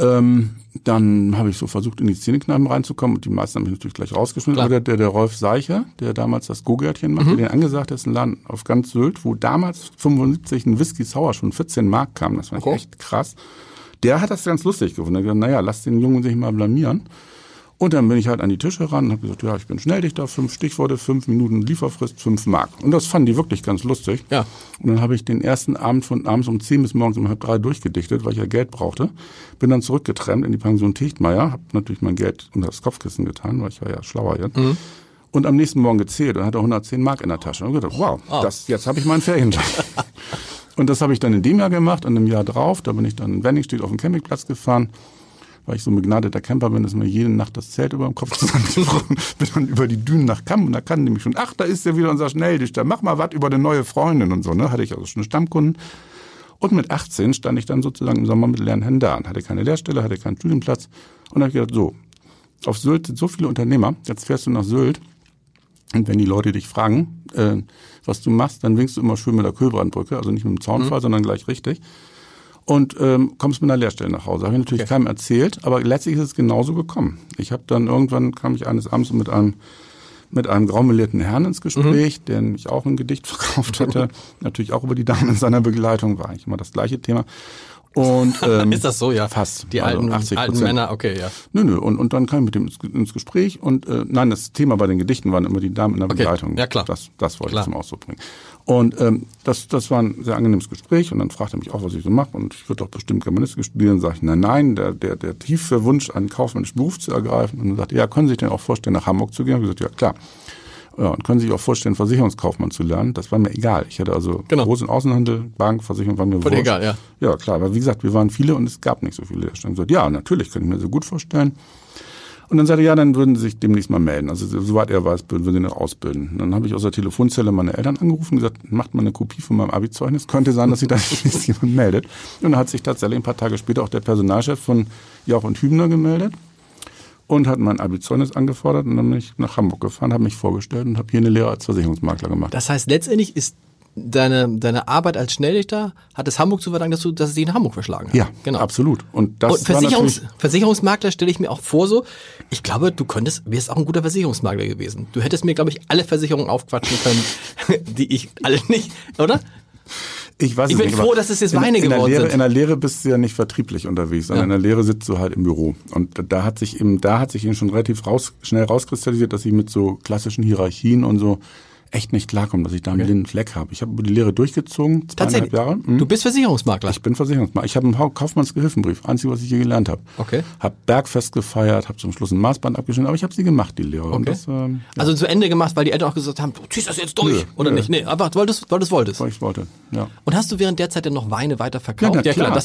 dann habe ich so versucht, in die Szenekneipen reinzukommen. Und die meisten haben mich natürlich gleich rausgeschmissen. Aber der Rolf Seicher, der damals das Go-Gärtchen machte, den angesagt, das ist ein Laden auf ganz Sylt, wo damals 75 ein Whisky Sour schon 14 Mark kam. Das fand ich echt krass. Der hat das ganz lustig gefunden. Er hat gesagt, naja, lass den Jungen sich mal blamieren. Und dann bin ich halt an die Tische ran und habe gesagt, ja, ich bin Schnelldichter, 5 Stichworte, 5 Minuten Lieferfrist, 5 Mark. Und das fanden die wirklich ganz lustig. Ja. Und dann habe ich den ersten Abend von abends um 10 bis morgens um 2:30 durchgedichtet, weil ich ja Geld brauchte. Bin dann zurückgetrennt in die Pension Tichtmeier, habe natürlich mein Geld unter das Kopfkissen getan, weil ich war ja schlauer jetzt. Und am nächsten Morgen gezählt und hatte 110 Mark in der Tasche. Und gedacht, wow, jetzt habe ich meinen Ferienjob. Und das habe ich dann in dem Jahr gemacht und im Jahr drauf, da bin ich dann in Wenningstedt auf den Campingplatz gefahren. Weil ich so ein begnadeter Camper bin, ist mir jede Nacht das Zelt über dem Kopf zusammengebrochen. Bin dann über die Dünen nach Kampen und da kannten die mich schon, ach, da ist ja wieder unser Schnelldichter, mach mal was über eine neue Freundin und so, ne? Hatte ich also schon eine Stammkunden. Und mit 18 stand ich dann sozusagen im Sommer mit leeren Händen da und hatte keine Lehrstelle, hatte keinen Studienplatz. Und da habe ich gedacht, so, auf Sylt sind so viele Unternehmer, jetzt fährst du nach Sylt und wenn die Leute dich fragen, was du machst, dann winkst du immer schön mit der Kühlbrandbrücke, also nicht mit dem Zaunpfahl, sondern gleich richtig. Und kommst mit einer Lehrstelle nach Hause. Habe ich natürlich keinem erzählt, aber letztlich ist es genauso gekommen. Ich habe dann irgendwann, kam ich eines Abends mit einem graumelierten Herrn ins Gespräch, der mich auch ein Gedicht verkauft hatte. Natürlich auch über die Damen in seiner Begleitung, war eigentlich immer das gleiche Thema. Und ist das so, ja? Fast. Die also alten Männer, okay, ja. Nö. Und dann kam ich mit dem ins Gespräch und nein, das Thema bei den Gedichten waren immer die Damen in der Begleitung. Ja, klar. Das wollte ich zum Ausdruck bringen. Und das war ein sehr angenehmes Gespräch und dann fragte er mich auch, was ich so mache und ich würde doch bestimmt Germanistik studieren. Sag ich, nein, der tiefe Wunsch, einen kaufmännischen Beruf zu ergreifen. Und dann sagte er, ja, können Sie sich denn auch vorstellen, nach Hamburg zu gehen? Und ich gesagt, ja, klar. Ja, und können Sie sich auch vorstellen, Versicherungskaufmann zu lernen? Das war mir egal. Ich hatte also großen Außenhandel, Bank, Versicherung war mir wurscht. Egal, ja. Ja, klar. Aber wie gesagt, wir waren viele und es gab nicht so viele Lehrstellen. Ich gesagt, ja, natürlich, kann ich mir so gut vorstellen. Und dann sagte er, ja, dann würden Sie sich demnächst mal melden. Also soweit er weiß, würden Sie noch ausbilden. Und dann habe ich aus der Telefonzelle meine Eltern angerufen und gesagt, macht mal eine Kopie von meinem Abi-Zeugnis. Könnte sein, dass sich da demnächst jemand meldet. Und dann hat sich tatsächlich ein paar Tage später auch der Personalchef von Jauch und Hübner gemeldet. Und hat mein Abi-Zeugnis angefordert und dann bin ich nach Hamburg gefahren, habe mich vorgestellt und habe hier eine Lehre als Versicherungsmakler gemacht. Das heißt, letztendlich ist deine Arbeit als Schnelldichter, hat es Hamburg zu verdanken, dass es dich nach Hamburg verschlagen hat. Ja, genau. Absolut. Und Versicherungsmakler stelle ich mir auch vor so, ich glaube, wärst auch ein guter Versicherungsmakler gewesen. Du hättest mir, glaube ich, alle Versicherungen aufquatschen können, die ich alle nicht, oder? Ich bin froh, dass es jetzt Weine geworden sind. In der Lehre bist du ja nicht vertrieblich unterwegs, sondern in der Lehre sitzt du halt im Büro. Und da hat sich eben schon relativ schnell rauskristallisiert, dass ich mit so klassischen Hierarchien und so echt nicht klarkomme, dass ich da einen blinden Fleck habe. Ich habe die Lehre durchgezogen, 2,5 Jahre. Du bist Versicherungsmakler? Ich bin Versicherungsmakler. Ich habe einen Kaufmannsgehilfenbrief, einzige, was ich hier gelernt habe. Okay. Habe Bergfest gefeiert, habe zum Schluss ein Maßband abgeschnitten, aber ich habe sie gemacht, die Lehre. Okay. Und das, Also zu Ende gemacht, weil die Eltern auch gesagt haben, du ziehst das jetzt durch, oder nicht? Nee, aber du wolltest. Weil ich wollte, ja. Und hast du während der Zeit denn noch Weine weiter verkauft? Ja, klar.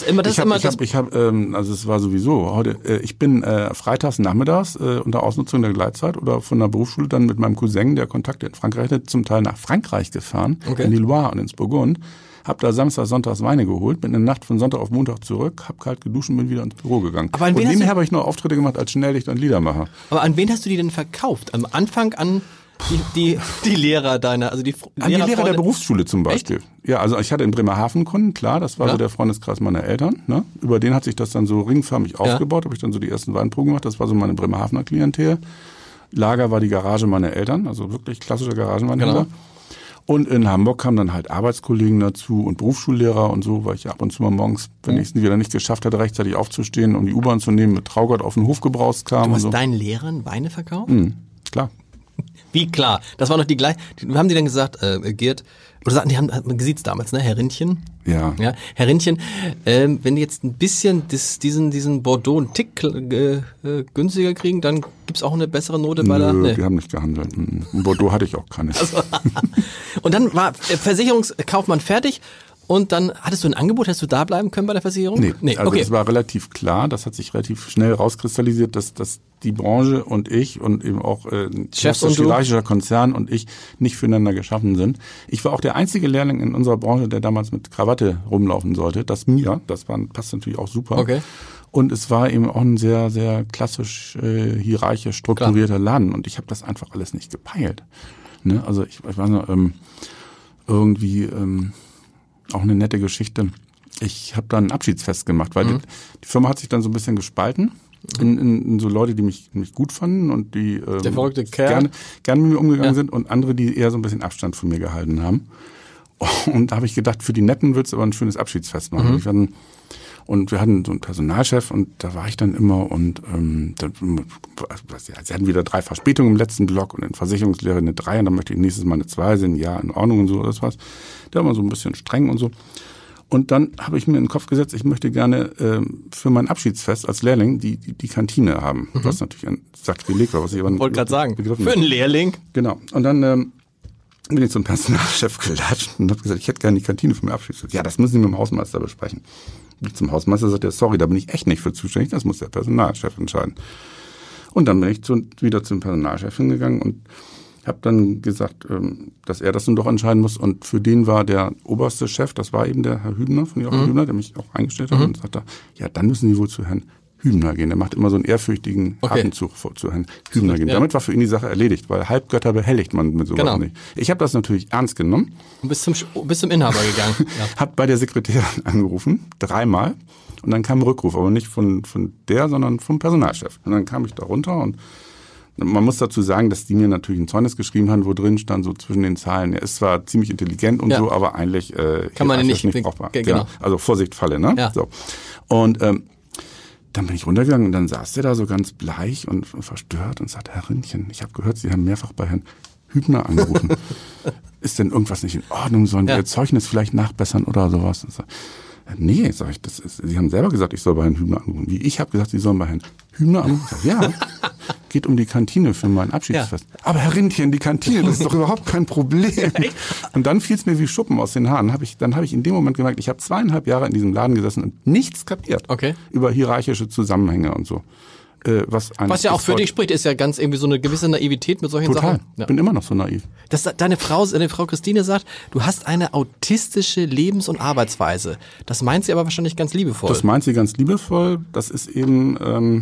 Also es war sowieso heute, ich bin freitags nachmittags unter Ausnutzung der Gleitzeit oder von der Berufsschule dann mit meinem Cousin, der Kontakte in Frankreich hatte, zum Teil nach Frankreich gefahren, in die Loire und ins Burgund, hab da Samstag, Sonntags Weine geholt, bin in der Nacht von Sonntag auf Montag zurück, hab kalt geduscht und bin wieder ins Büro gegangen. Aber und nebenher habe ich nur Auftritte gemacht als Schnelldichter und Liedermacher. Aber an wen hast du die denn verkauft? Am Anfang an die Lehrer deiner, also die Lehrer der Berufsschule zum Beispiel. Echt? Ja, also ich hatte in Bremerhaven Kunden, klar, das war so der Freundeskreis meiner Eltern. Ne? Über den hat sich das dann so ringförmig aufgebaut, habe ich dann so die ersten Weinproben gemacht, das war so meine Bremerhavener Klientel. Lager war die Garage meiner Eltern, also wirklich klassischer Garagenweinhändler. Genau. Und in Hamburg kamen dann halt Arbeitskollegen dazu und Berufsschullehrer und so, weil ich ab und zu mal morgens, wenn ich es wieder nicht geschafft hatte, rechtzeitig aufzustehen, um die U-Bahn zu nehmen, mit Traugott auf den Hof gebraust kam. Du hast deinen Lehrern Weine verkauft? Klar. Wie klar. Das war noch die gleiche. Haben die dann gesagt, Gerd, oder sagten, die haben gesiezt damals, ne? Herr Rindchen? Ja. Herr Rindchen, wenn die jetzt ein bisschen diesen Bordeaux einen Tick günstiger kriegen, dann gibt's auch eine bessere Note bei der... Nee, wir haben nicht gehandelt. In Bordeaux hatte ich auch keine. Also, und dann war Versicherungskaufmann fertig. Und dann hattest du ein Angebot, hättest du da bleiben können bei der Versicherung? Nee, also okay. Es war relativ klar, das hat sich relativ schnell rauskristallisiert, dass die Branche und ich und eben auch ein hierarchischer Konzern und ich nicht füreinander geschaffen sind. Ich war auch der einzige Lehrling in unserer Branche, der damals mit Krawatte rumlaufen sollte. Das passt natürlich auch super. Okay. Und es war eben auch ein sehr, sehr klassisch hierarchisch strukturierter Laden. Und ich habe das einfach alles nicht gepeilt. Ne? Also ich weiß noch, auch eine nette Geschichte. Ich habe da ein Abschiedsfest gemacht, weil die Firma hat sich dann so ein bisschen gespalten in so Leute, die mich gut fanden und die der verrückte Kerl gerne mit mir umgegangen sind und andere, die eher so ein bisschen Abstand von mir gehalten haben. Und da habe ich gedacht, für die Netten wird's aber ein schönes Abschiedsfest machen. Und wir hatten so einen Personalchef und da war ich dann immer und sie hatten wieder 3 Verspätungen im letzten Block und in Versicherungslehre eine 3 und dann möchte ich nächstes Mal eine 2 sehen, ja, in Ordnung und so, das war's. Der war immer so ein bisschen streng und so. Und dann habe ich mir in den Kopf gesetzt, ich möchte gerne für mein Abschiedsfest als Lehrling die Kantine haben. Was natürlich ein Sakrileg war, was ich aber wollte gerade sagen, für einen Lehrling. Genau. Und dann bin ich zum Personalchef gelatscht und habe gesagt, ich hätte gerne die Kantine für mein Abschiedsfest. Ja, das müssen Sie mit dem Hausmeister besprechen. Zum Hausmeister sagt er, sorry, da bin ich echt nicht für zuständig, das muss der Personalchef entscheiden. Und dann bin ich wieder zum Personalchef hingegangen und habe dann gesagt, dass er das nun doch entscheiden muss. Und für den war der oberste Chef, das war eben der Herr Hübner von Joachim Hübner, der mich auch eingestellt hat und sagte, ja, dann müssen Sie wohl zu Herrn Hübner gehen. Der macht immer so einen ehrfürchtigen Atemzug zu Herrn Hübner gehen. Ja. Damit war für ihn die Sache erledigt, weil Halbgötter behelligt man mit sowas nicht. Ich habe das natürlich ernst genommen. Und bist zum Inhaber gegangen. Ja. Hab bei der Sekretärin angerufen, 3-mal. Und dann kam ein Rückruf, aber nicht von der, sondern vom Personalchef. Und dann kam ich da runter und man muss dazu sagen, dass die mir natürlich ein Zeugnis geschrieben haben, wo drin stand, so zwischen den Zahlen, er ist zwar ziemlich intelligent und so, aber eigentlich kann man nicht brauchbar. Genau. Also Vorsicht, Falle, ne? Ja. So. Und dann bin ich runtergegangen und dann saß der da so ganz bleich und verstört und sagte, Herr Rindchen, ich habe gehört, Sie haben mehrfach bei Herrn Hübner angerufen. Ist denn irgendwas nicht in Ordnung? Sollen wir Ihr Zeugnis vielleicht nachbessern oder sowas? Und so, nee, sag ich, Sie haben selber gesagt, ich soll bei Herrn Hübner anrufen. Wie, ich habe gesagt, Sie sollen bei Herrn Hübner anrufen? Ja, geht um die Kantine für mein Abschiedsfest. Ja. Aber Herr Rindchen, die Kantine, das ist doch überhaupt kein Problem. Und dann fiel es mir wie Schuppen aus den Haaren. Dann habe ich in dem Moment gemerkt, ich habe 2,5 Jahre in diesem Laden gesessen und nichts kapiert über hierarchische Zusammenhänge und so. Was ja auch für dich spricht, ist ja ganz irgendwie so eine gewisse Naivität mit solchen Sachen. Ich bin immer noch so naiv. Deine Frau Christine sagt, du hast eine autistische Lebens- und Arbeitsweise. Das meint sie aber wahrscheinlich ganz liebevoll. Das meint sie ganz liebevoll. Das ist eben,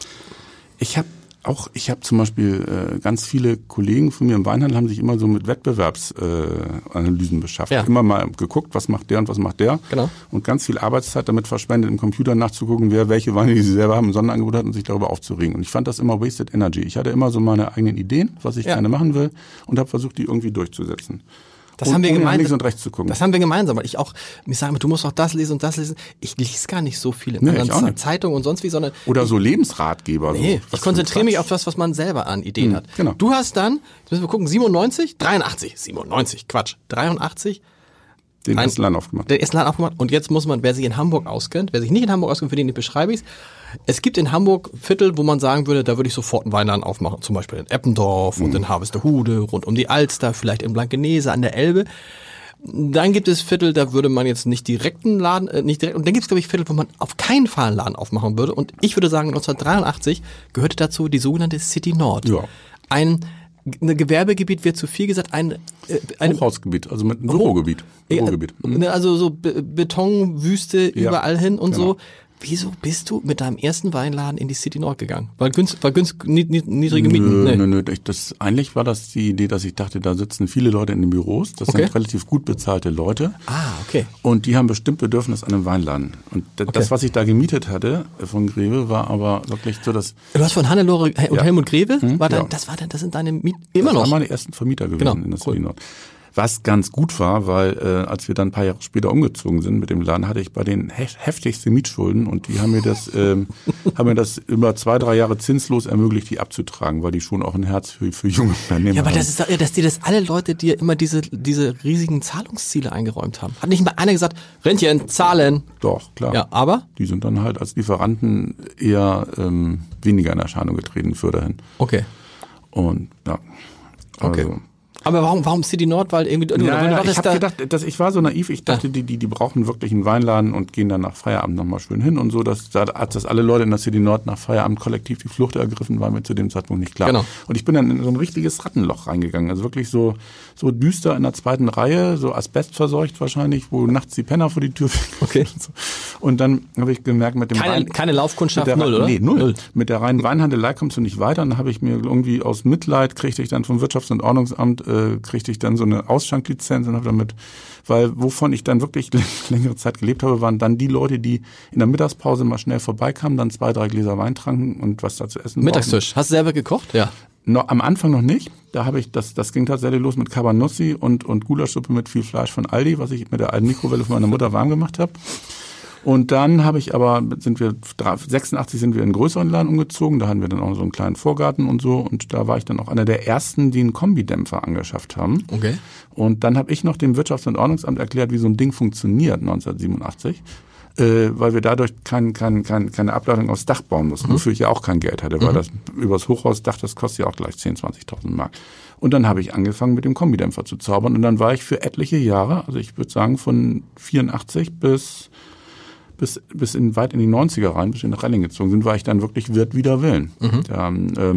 ich habe zum Beispiel ganz viele Kollegen von mir im Weinhandel haben sich immer so mit Wettbewerbsanalysen beschäftigt. Ja. Immer mal geguckt, was macht der und was macht der. Genau. Und ganz viel Arbeitszeit damit verschwendet, im Computer nachzugucken, wer welche Weine, die sie selber haben, im Sonderangebot hat und sich darüber aufzuregen. Und ich fand das immer wasted energy. Ich hatte immer so meine eigenen Ideen, was ich gerne machen will und habe versucht, die irgendwie durchzusetzen. Das haben wir gemeinsam. Links und rechts zu gucken. Das haben wir gemeinsam, weil ich sage immer, du musst auch das lesen und das lesen. Ich lese gar nicht so viele Zeitungen und sonst wie, sondern oder so Lebensratgeber. Nee, ich konzentriere mich auf das, was man selber an Ideen hat. Genau. Du hast dann, jetzt müssen wir gucken, 83. Den ersten Laden aufgemacht. Und jetzt muss man, wer sich in Hamburg auskennt, wer sich nicht in Hamburg auskennt, für den beschreibe ich es gibt in Hamburg Viertel, wo man sagen würde, da würde ich sofort einen Weinladen aufmachen. Zum Beispiel in Eppendorf und in Harvestehude, rund um die Alster, vielleicht in Blankenese an der Elbe. Dann gibt es Viertel, da würde man jetzt nicht direkt einen Laden, und dann gibt es, glaube ich, Viertel, wo man auf keinen Fall einen Laden aufmachen würde. Und ich würde sagen, 1983 gehörte dazu die sogenannte City Nord. Ja. Ein Gewerbegebiet wird zu viel gesagt, ein Hochhausgebiet, also mit einem Bürogebiet. Also so Betonwüste überall hin und so. Wieso bist du mit deinem ersten Weinladen in die City Nord gegangen? Weil niedrige Mieten? Nö. Eigentlich war das die Idee, dass ich dachte, da sitzen viele Leute in den Büros. Das sind relativ gut bezahlte Leute. Ah, okay. Und die haben bestimmt Bedürfnis an einem Weinladen. Und das, was ich da gemietet hatte von Greve, war aber wirklich so das... Du hast von Hannelore und Helmut Greve? Das sind deine Mieten immer noch? Das waren meine ersten Vermieter gewesen in der City Nord. Was ganz gut war, weil als wir dann ein paar Jahre später umgezogen sind mit dem Laden, hatte ich bei denen heftigste Mietschulden und die haben mir das über 2-3 Jahre zinslos ermöglicht, die abzutragen, weil die schon auch ein Herz für junge Unternehmer haben. Ja, aber das ist, dass dir das alle Leute dir immer diese riesigen Zahlungsziele eingeräumt haben. Hat nicht mal einer gesagt, Rentchen, zahlen. Doch, klar. Ja, aber? Die sind dann halt als Lieferanten eher weniger in Erscheinung getreten für dahin. Okay. Und ja, okay. Also, aber warum City Nord? Weil irgendwie ich habe gedacht, ich war so naiv, ich dachte, die brauchen wirklich einen Weinladen und gehen dann nach Feierabend nochmal schön hin und so, dass alle Leute in der City Nord nach Feierabend kollektiv die Flucht ergriffen, war mir zu dem Zeitpunkt nicht klar. Genau. Und ich bin dann in so ein richtiges Rattenloch reingegangen, also wirklich so düster in der zweiten Reihe, so asbestverseucht wahrscheinlich, wo nachts die Penner vor die Tür fliegen. Okay. Und dann habe ich gemerkt, mit dem keine Laufkundschaft, null, oder? Nee, null. Mit der reinen Weinhandelei kommst du nicht weiter. Und dann habe ich mir irgendwie aus Mitleid, kriegte ich dann vom Wirtschafts- und Ordnungsamt, kriegte ich dann so eine Ausschanklizenz und habe damit, weil wovon ich dann wirklich längere Zeit gelebt habe, waren dann die Leute, die in der Mittagspause mal schnell vorbeikamen, dann 2-3 Gläser Wein tranken und was da zu essen. Mittagstisch. Hast du selber gekocht? Ja. Am Anfang noch nicht. Da habe ich das ging tatsächlich los mit Cabanossi und Gulaschsuppe mit viel Fleisch von Aldi, was ich mit der alten Mikrowelle von meiner Mutter warm gemacht habe. Und dann sind wir 86 sind wir in einen größeren Laden umgezogen, da hatten wir dann auch so einen kleinen Vorgarten und so und da war ich dann auch einer der ersten, die einen Kombidämpfer angeschafft haben. Okay. Und dann habe ich noch dem Wirtschafts- und Ordnungsamt erklärt, wie so ein Ding funktioniert 1987. Weil wir dadurch keine Abladung aufs Dach bauen mussten, wofür ich ja auch kein Geld hatte, weil das übers Hochhausdach, das kostet ja auch gleich 10.000, 20.000 Mark. Und dann habe ich angefangen mit dem Kombidämpfer zu zaubern und dann war ich für etliche Jahre, also ich würde sagen von 84 bis weit in die 90er rein, bis wir nach Relling gezogen sind, war ich dann wirklich Wirt wider Willen. Da,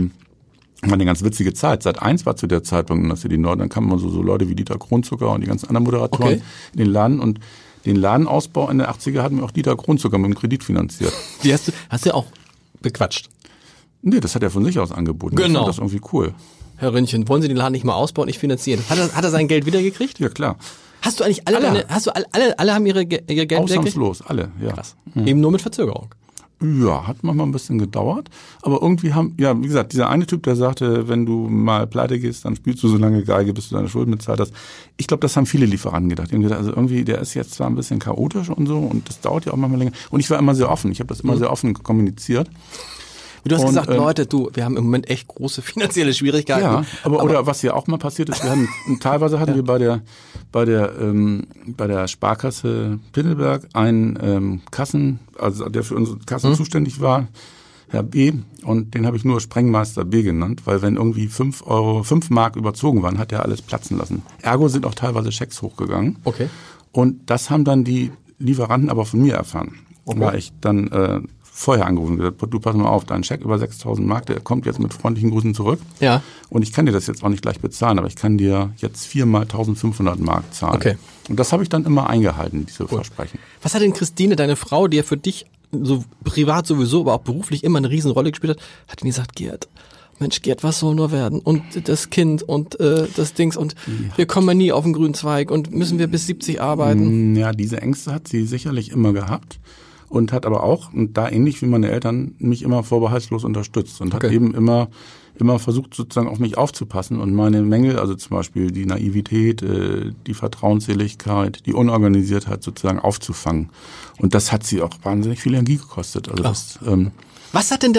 war eine ganz witzige Zeit. Sat 1 war zu der Zeitpunkt in der City Nord, dann kamen immer so Leute wie Dieter Kronzucker und die ganzen anderen Moderatoren in den Laden und den Ladenausbau in der 80er hat mir auch Dieter Kronzucker mit dem Kredit finanziert. Die hast du ja auch bequatscht? Nee, das hat er von sich aus angeboten. Genau. Ich fand das irgendwie cool. Herr Röntgen, wollen Sie den Laden nicht mal ausbauen? Ich finanziere. Hat er sein Geld wiedergekriegt? Ja, klar. Hast du eigentlich alle haben ihr Geld wiedergekriegt? Ausnahmslos, alle, ja. Krass. Eben nur mit Verzögerung. Ja, hat manchmal ein bisschen gedauert. Aber irgendwie wie gesagt, dieser eine Typ, der sagte, wenn du mal pleite gehst, dann spielst du so lange Geige, bis du deine Schulden bezahlt hast. Ich glaube, das haben viele Lieferanten gedacht. Die haben gedacht, also irgendwie, der ist jetzt zwar ein bisschen chaotisch und so und das dauert ja auch manchmal länger. Und ich war immer sehr offen. Ich habe das immer sehr offen kommuniziert. Du hast gesagt, Leute, wir haben im Moment echt große finanzielle Schwierigkeiten. Ja, aber oder was ja auch mal passiert ist, teilweise hatten wir bei der Sparkasse Pinneberg einen also der für unsere Kassen zuständig war, Herr B. Und den habe ich nur Sprengmeister B genannt, weil wenn irgendwie 5 Mark überzogen waren, hat er alles platzen lassen. Ergo sind auch teilweise Schecks hochgegangen. Okay. Und das haben dann die Lieferanten aber von mir erfahren. Okay. Weil ich dann vorher angerufen und gesagt, du pass mal auf, dein Scheck über 6.000 Mark, der kommt jetzt mit freundlichen Grüßen zurück. Ja. Und ich kann dir das jetzt auch nicht gleich bezahlen, aber ich kann dir jetzt 4 mal 1.500 Mark zahlen. Okay. Und das habe ich dann immer eingehalten, diese Versprechen. Was hat denn Christine, deine Frau, die ja für dich so privat sowieso, aber auch beruflich immer eine Riesenrolle gespielt hat die gesagt, Gerd, was soll nur werden? Und das Kind und das Dings und wir kommen ja nie auf den grünen Zweig und müssen wir bis 70 arbeiten? Ja, diese Ängste hat sie sicherlich immer gehabt. Und hat aber auch, und da ähnlich wie meine Eltern, mich immer vorbehaltslos unterstützt und hat eben immer versucht, sozusagen auf mich aufzupassen und meine Mängel, also zum Beispiel die Naivität, die Vertrauensseligkeit, die Unorganisiertheit sozusagen aufzufangen. Und das hat sie auch wahnsinnig viel Energie gekostet. Also was hat denn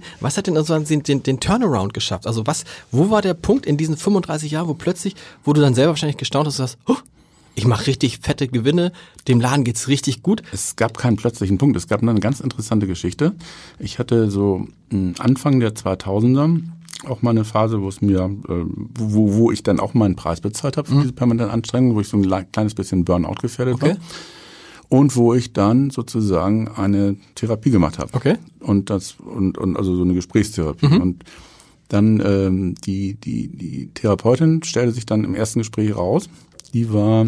den Turnaround geschafft? Also wo war der Punkt in diesen 35 Jahren, wo du dann selber wahrscheinlich gestaunt hast und sagst, ich mache richtig fette Gewinne, dem Laden geht's richtig gut. Es gab keinen plötzlichen Punkt, es gab eine ganz interessante Geschichte. Ich hatte so Anfang der 2000er auch mal eine Phase, wo es mir, wo ich dann auch meinen Preis bezahlt habe für diese permanente Anstrengung, wo ich so ein kleines bisschen Burnout gefährdet war. Und wo ich dann sozusagen eine Therapie gemacht habe. Okay. Und also so eine Gesprächstherapie. Und dann die Therapeutin stellte sich dann im ersten Gespräch raus. Die war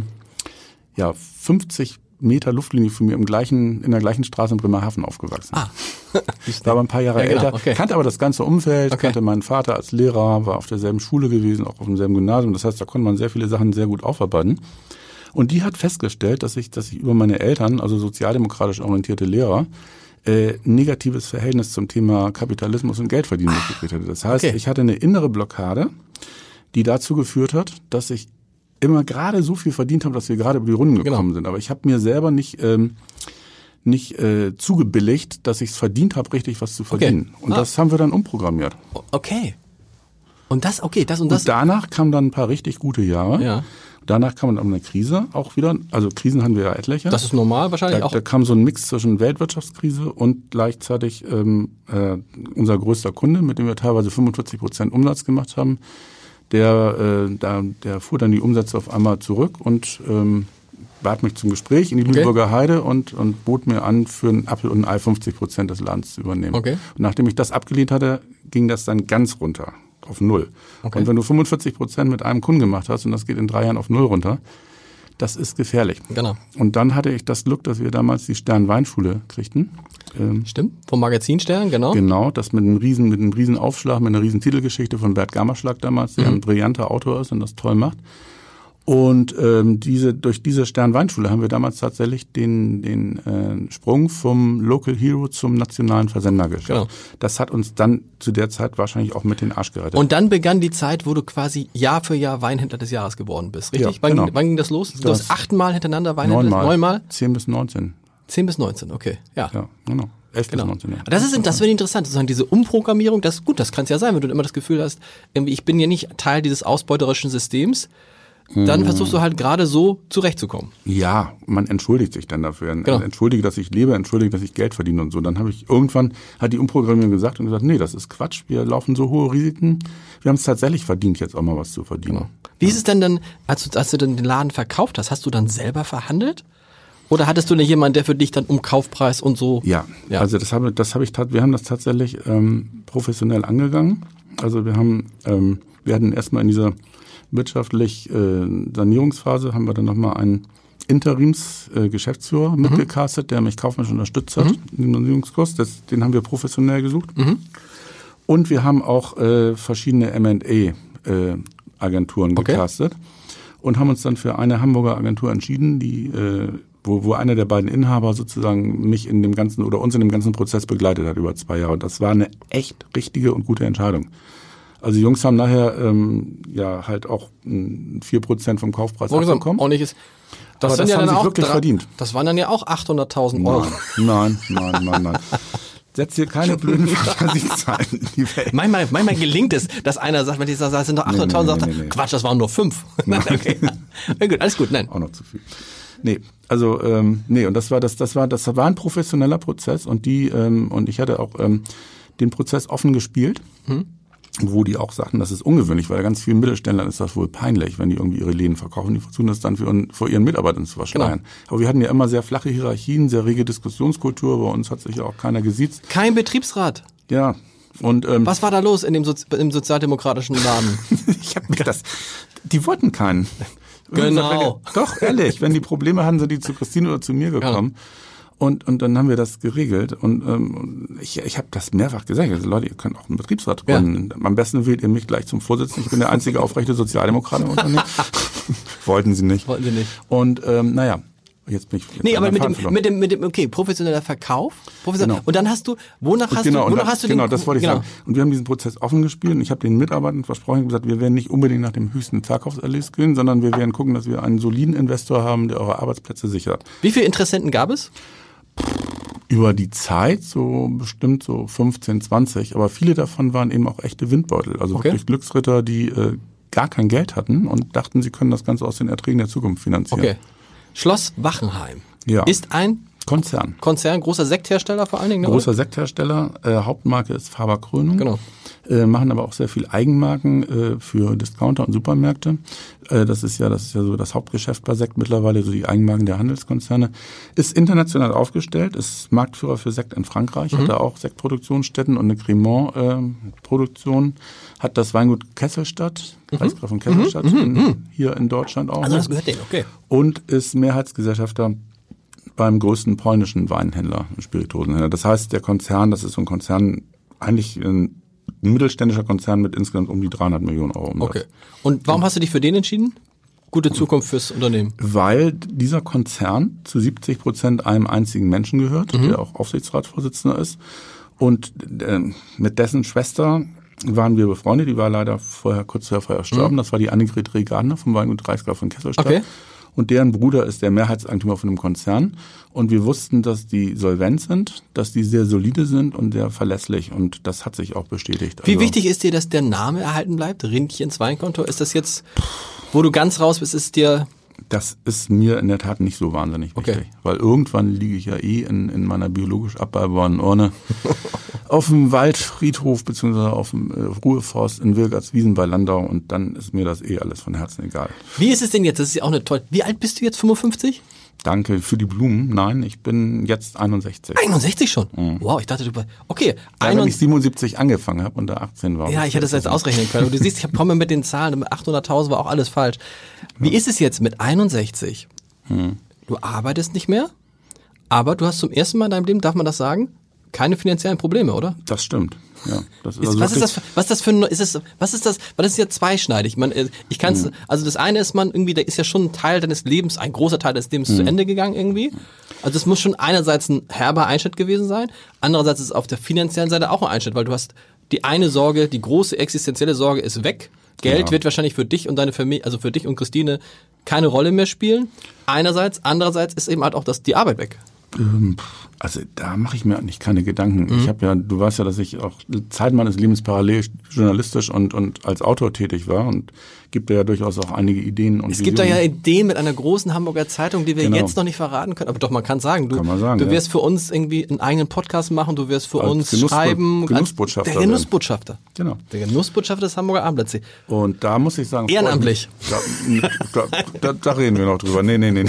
50 Meter Luftlinie von mir in der gleichen Straße in Bremerhaven aufgewachsen. War aber ein paar Jahre älter, kannte aber das ganze Umfeld, kannte meinen Vater als Lehrer, war auf derselben Schule gewesen, auch auf demselben Gymnasium. Das heißt, da konnte man sehr viele Sachen sehr gut aufarbeiten. Und die hat festgestellt, dass ich über meine Eltern, also sozialdemokratisch orientierte Lehrer, negatives Verhältnis zum Thema Kapitalismus und Geldverdienen mitgekriegt hatte. Das heißt, ich hatte eine innere Blockade, die dazu geführt hat, dass ich immer gerade so viel verdient haben, dass wir gerade über die Runden gekommen sind. Aber ich habe mir selber nicht zugebilligt, dass ich es verdient habe, richtig was zu verdienen. Und das haben wir dann umprogrammiert. Okay. Und das. Und danach kamen dann ein paar richtig gute Jahre. Ja. Danach kam dann eine Krise auch wieder. Also Krisen haben wir ja etliche. Das ist normal wahrscheinlich auch. Da kam so ein Mix zwischen Weltwirtschaftskrise und gleichzeitig unser größter Kunde, mit dem wir teilweise 45% Umsatz gemacht haben. Der fuhr dann die Umsätze auf einmal zurück und bat mich zum Gespräch in die Lüneburger Heide und bot mir an, für einen Apfel und ein Ei 50% des Ladens zu übernehmen. Okay. Und nachdem ich das abgelehnt hatte, ging das dann ganz runter auf 0. Okay. Und wenn du 45% mit einem Kunden gemacht hast und das geht in 3 Jahren auf 0 runter, das ist gefährlich. Genau. Und dann hatte ich das Glück, dass wir damals die Stern-Weinschule kriegten. Stimmt, vom Magazin Stern, genau. Genau, das mit einem riesen Aufschlag, mit einer riesen Titelgeschichte von Bert Gamerschlag damals, der ein brillanter Autor ist und das toll macht. Und durch diese Stern-Weinschule haben wir damals tatsächlich den Sprung vom Local Hero zum nationalen Versender geschafft. Genau. Das hat uns dann zu der Zeit wahrscheinlich auch mit den Arsch gerettet. Und dann begann die Zeit, wo du quasi Jahr für Jahr Weinhändler des Jahres geworden bist, richtig? Ja, genau. Wann ging das los? Du hast 8-mal hintereinander Weinhändler? 9-mal? 10 bis 19. 10 bis 19, okay. Ja, genau. 11 bis 19. Ja. Das wird interessant, sozusagen diese Umprogrammierung, das kann es ja sein, wenn du immer das Gefühl hast, irgendwie, ich bin ja nicht Teil dieses ausbeuterischen Systems. Dann versuchst du halt gerade so zurechtzukommen. Ja, man entschuldigt sich dann dafür. Genau. Entschuldige, dass ich lebe, entschuldige, dass ich Geld verdiene und so. Dann hat die Umprogrammierung gesagt und gesagt, nee, das ist Quatsch, wir laufen so hohe Risiken. Wir haben es tatsächlich verdient, jetzt auch mal was zu verdienen. Genau. Wie ist es denn dann, als du dann den Laden verkauft hast du dann selber verhandelt? Oder hattest du denn jemanden, der für dich dann um Kaufpreis und so? Ja. Also wir haben das tatsächlich professionell angegangen. Also wir hatten erstmal in dieser wirtschaftlich Sanierungsphase haben wir dann nochmal einen Interims-Geschäftsführer mitgecastet, der mich kaufmännisch unterstützt hat im Sanierungskurs. Den haben wir professionell gesucht. Und wir haben auch verschiedene M&A-Agenturen gecastet und haben uns dann für eine Hamburger Agentur entschieden, die wo einer der beiden Inhaber sozusagen mich in dem ganzen oder uns in dem ganzen Prozess begleitet hat über 2 Jahre. Und das war eine echt richtige und gute Entscheidung. Also die Jungs haben nachher halt auch 4% vom Kaufpreis abbekommen. Ordentliches. Das haben sie wirklich verdient. Das waren dann ja auch 800.000 Euro. Nein. Setz hier keine blöden Fantasiezahlen in die Welt. Manchmal gelingt es, dass einer sagt, wenn ich sage, das sind doch 800.000, sagt er, Quatsch, das waren nur 5. Okay. Gut, alles gut, nein. Auch noch zu viel. Nee, also und das war ein professioneller Prozess und und ich hatte auch den Prozess offen gespielt. Wo die auch sagten, das ist ungewöhnlich, weil ganz vielen Mittelständlern ist das wohl peinlich, wenn die irgendwie ihre Läden verkaufen. Die versuchen das dann vor ihren Mitarbeitern zu verschleiern. Genau. Aber wir hatten ja immer sehr flache Hierarchien, sehr rege Diskussionskultur. Bei uns hat sich ja auch keiner gesiezt. Kein Betriebsrat. Ja. Und was war da los in dem sozialdemokratischen Laden? Die wollten keinen. Genau. Doch, ehrlich, wenn die Probleme hatten, sind die zu Christine oder zu mir gekommen. Ja. Und dann haben wir das geregelt und ich habe das mehrfach gesagt. Also Leute, ihr könnt auch einen Betriebsrat gründen. Ja. Am besten wählt ihr mich gleich zum Vorsitzenden. Ich bin der einzige aufrechte Sozialdemokrat im Unternehmen. Wollten sie nicht. Und jetzt bin ich aber mit dem professioneller Verkauf. Genau. Und dann hast du, wonach hast du Genau, das wollte ich sagen. Und wir haben diesen Prozess offen gespielt und ich habe den Mitarbeitern versprochen, gesagt, wir werden nicht unbedingt nach dem höchsten Verkaufserlös gehen, sondern wir werden gucken, dass wir einen soliden Investor haben, der eure Arbeitsplätze sichert. Wie viele Interessenten gab es? Über die Zeit so bestimmt so 15, 20, aber viele davon waren eben auch echte Windbeutel, also wirklich Glücksritter, die gar kein Geld hatten und dachten, sie können das Ganze aus den Erträgen der Zukunft finanzieren. Okay. Schloss Wachenheim ist ein Konzern, großer Sekthersteller vor allen Dingen. Großer Sekthersteller, Hauptmarke ist Faber Krönung. Genau. Machen aber auch sehr viel Eigenmarken für Discounter und Supermärkte. Das ist ja so das Hauptgeschäft bei Sekt mittlerweile, so die Eigenmarken der Handelskonzerne. Ist international aufgestellt, ist Marktführer für Sekt in Frankreich, hat da auch Sektproduktionsstätten und eine Cremant-Produktion, hat das Weingut Kesselstadt, Kreisgraf von Kesselstadt, hier in Deutschland auch. Also das gehört denen, okay. Und ist Mehrheitsgesellschafter beim größten polnischen Weinhändler, Spirituosenhändler. Das heißt, der Konzern, das ist so ein Konzern, eigentlich ein mittelständischer Konzern mit insgesamt um die 300 Millionen Euro Umsatz. Okay. Und warum hast du dich für den entschieden? Gute Zukunft fürs Unternehmen. Weil dieser Konzern zu 70% einem einzigen Menschen gehört, der auch Aufsichtsratsvorsitzender ist. Und mit dessen Schwester waren wir befreundet. Die war leider kurz vorher verstorben. Das war die Annegret Reh-Gardner vom Weingut Reichsgraf von Kesselstadt. Okay. Und deren Bruder ist der Mehrheitseigentümer von einem Konzern. Und wir wussten, dass die solvent sind, dass die sehr solide sind und sehr verlässlich. Und das hat sich auch bestätigt. Wie wichtig ist dir, dass der Name erhalten bleibt? Rindchens Weinkonto? Ist das jetzt, wo du ganz raus bist, ist dir... Das ist mir in der Tat nicht so wahnsinnig wichtig. Okay. Weil irgendwann liege ich ja in meiner biologisch abbaubaren Urne auf dem Waldfriedhof beziehungsweise auf dem Ruheforst in Wilgartswiesen bei Landau und dann ist mir das alles von Herzen egal. Wie ist es denn jetzt? Das ist ja auch eine tolle... Wie alt bist du jetzt? 55? Danke für die Blumen. Nein, ich bin jetzt 61. 61 schon? Wow, ich dachte, okay. Ja, wenn ich 77 angefangen habe und da 18 war. Ja, ich hätte das jetzt ausrechnen können. Und du siehst, ich komme mit den Zahlen, mit 800.000 war auch alles falsch. Wie ist es jetzt mit 61? Du arbeitest nicht mehr, aber du hast zum ersten Mal in deinem Leben, darf man das sagen, keine finanziellen Probleme, oder? Das stimmt. Ja, das ist Was ist das? Weil das ist ja zweischneidig. Ich kann's, also das eine ist da ist ja schon ein Teil deines Lebens, ein großer Teil deines Lebens zu Ende gegangen irgendwie. Also es muss schon einerseits ein herber Einschnitt gewesen sein, andererseits ist es auf der finanziellen Seite auch ein Einschnitt, weil du hast die eine Sorge, die große existenzielle Sorge ist weg. Geld wird wahrscheinlich für dich und deine Familie, also für dich und Christine, keine Rolle mehr spielen. Andererseits ist eben halt auch die Arbeit weg. Also da mache ich mir eigentlich keine Gedanken. Ich habe ja, du weißt ja, dass ich auch Zeit meines Lebens parallel journalistisch und als Autor tätig war und gibt ja durchaus auch einige Ideen und Es gibt da ja Ideen mit einer großen Hamburger Zeitung, die wir jetzt noch nicht verraten können. Aber doch, man kann sagen, du wirst für uns irgendwie einen eigenen Podcast machen, du wirst für uns schreiben. Genussbotschafter. Der Genussbotschafter. Genau. Der Genussbotschafter des Hamburger Abendblatts. Und da muss ich sagen... Ehrenamtlich. Da reden wir noch drüber. Nee.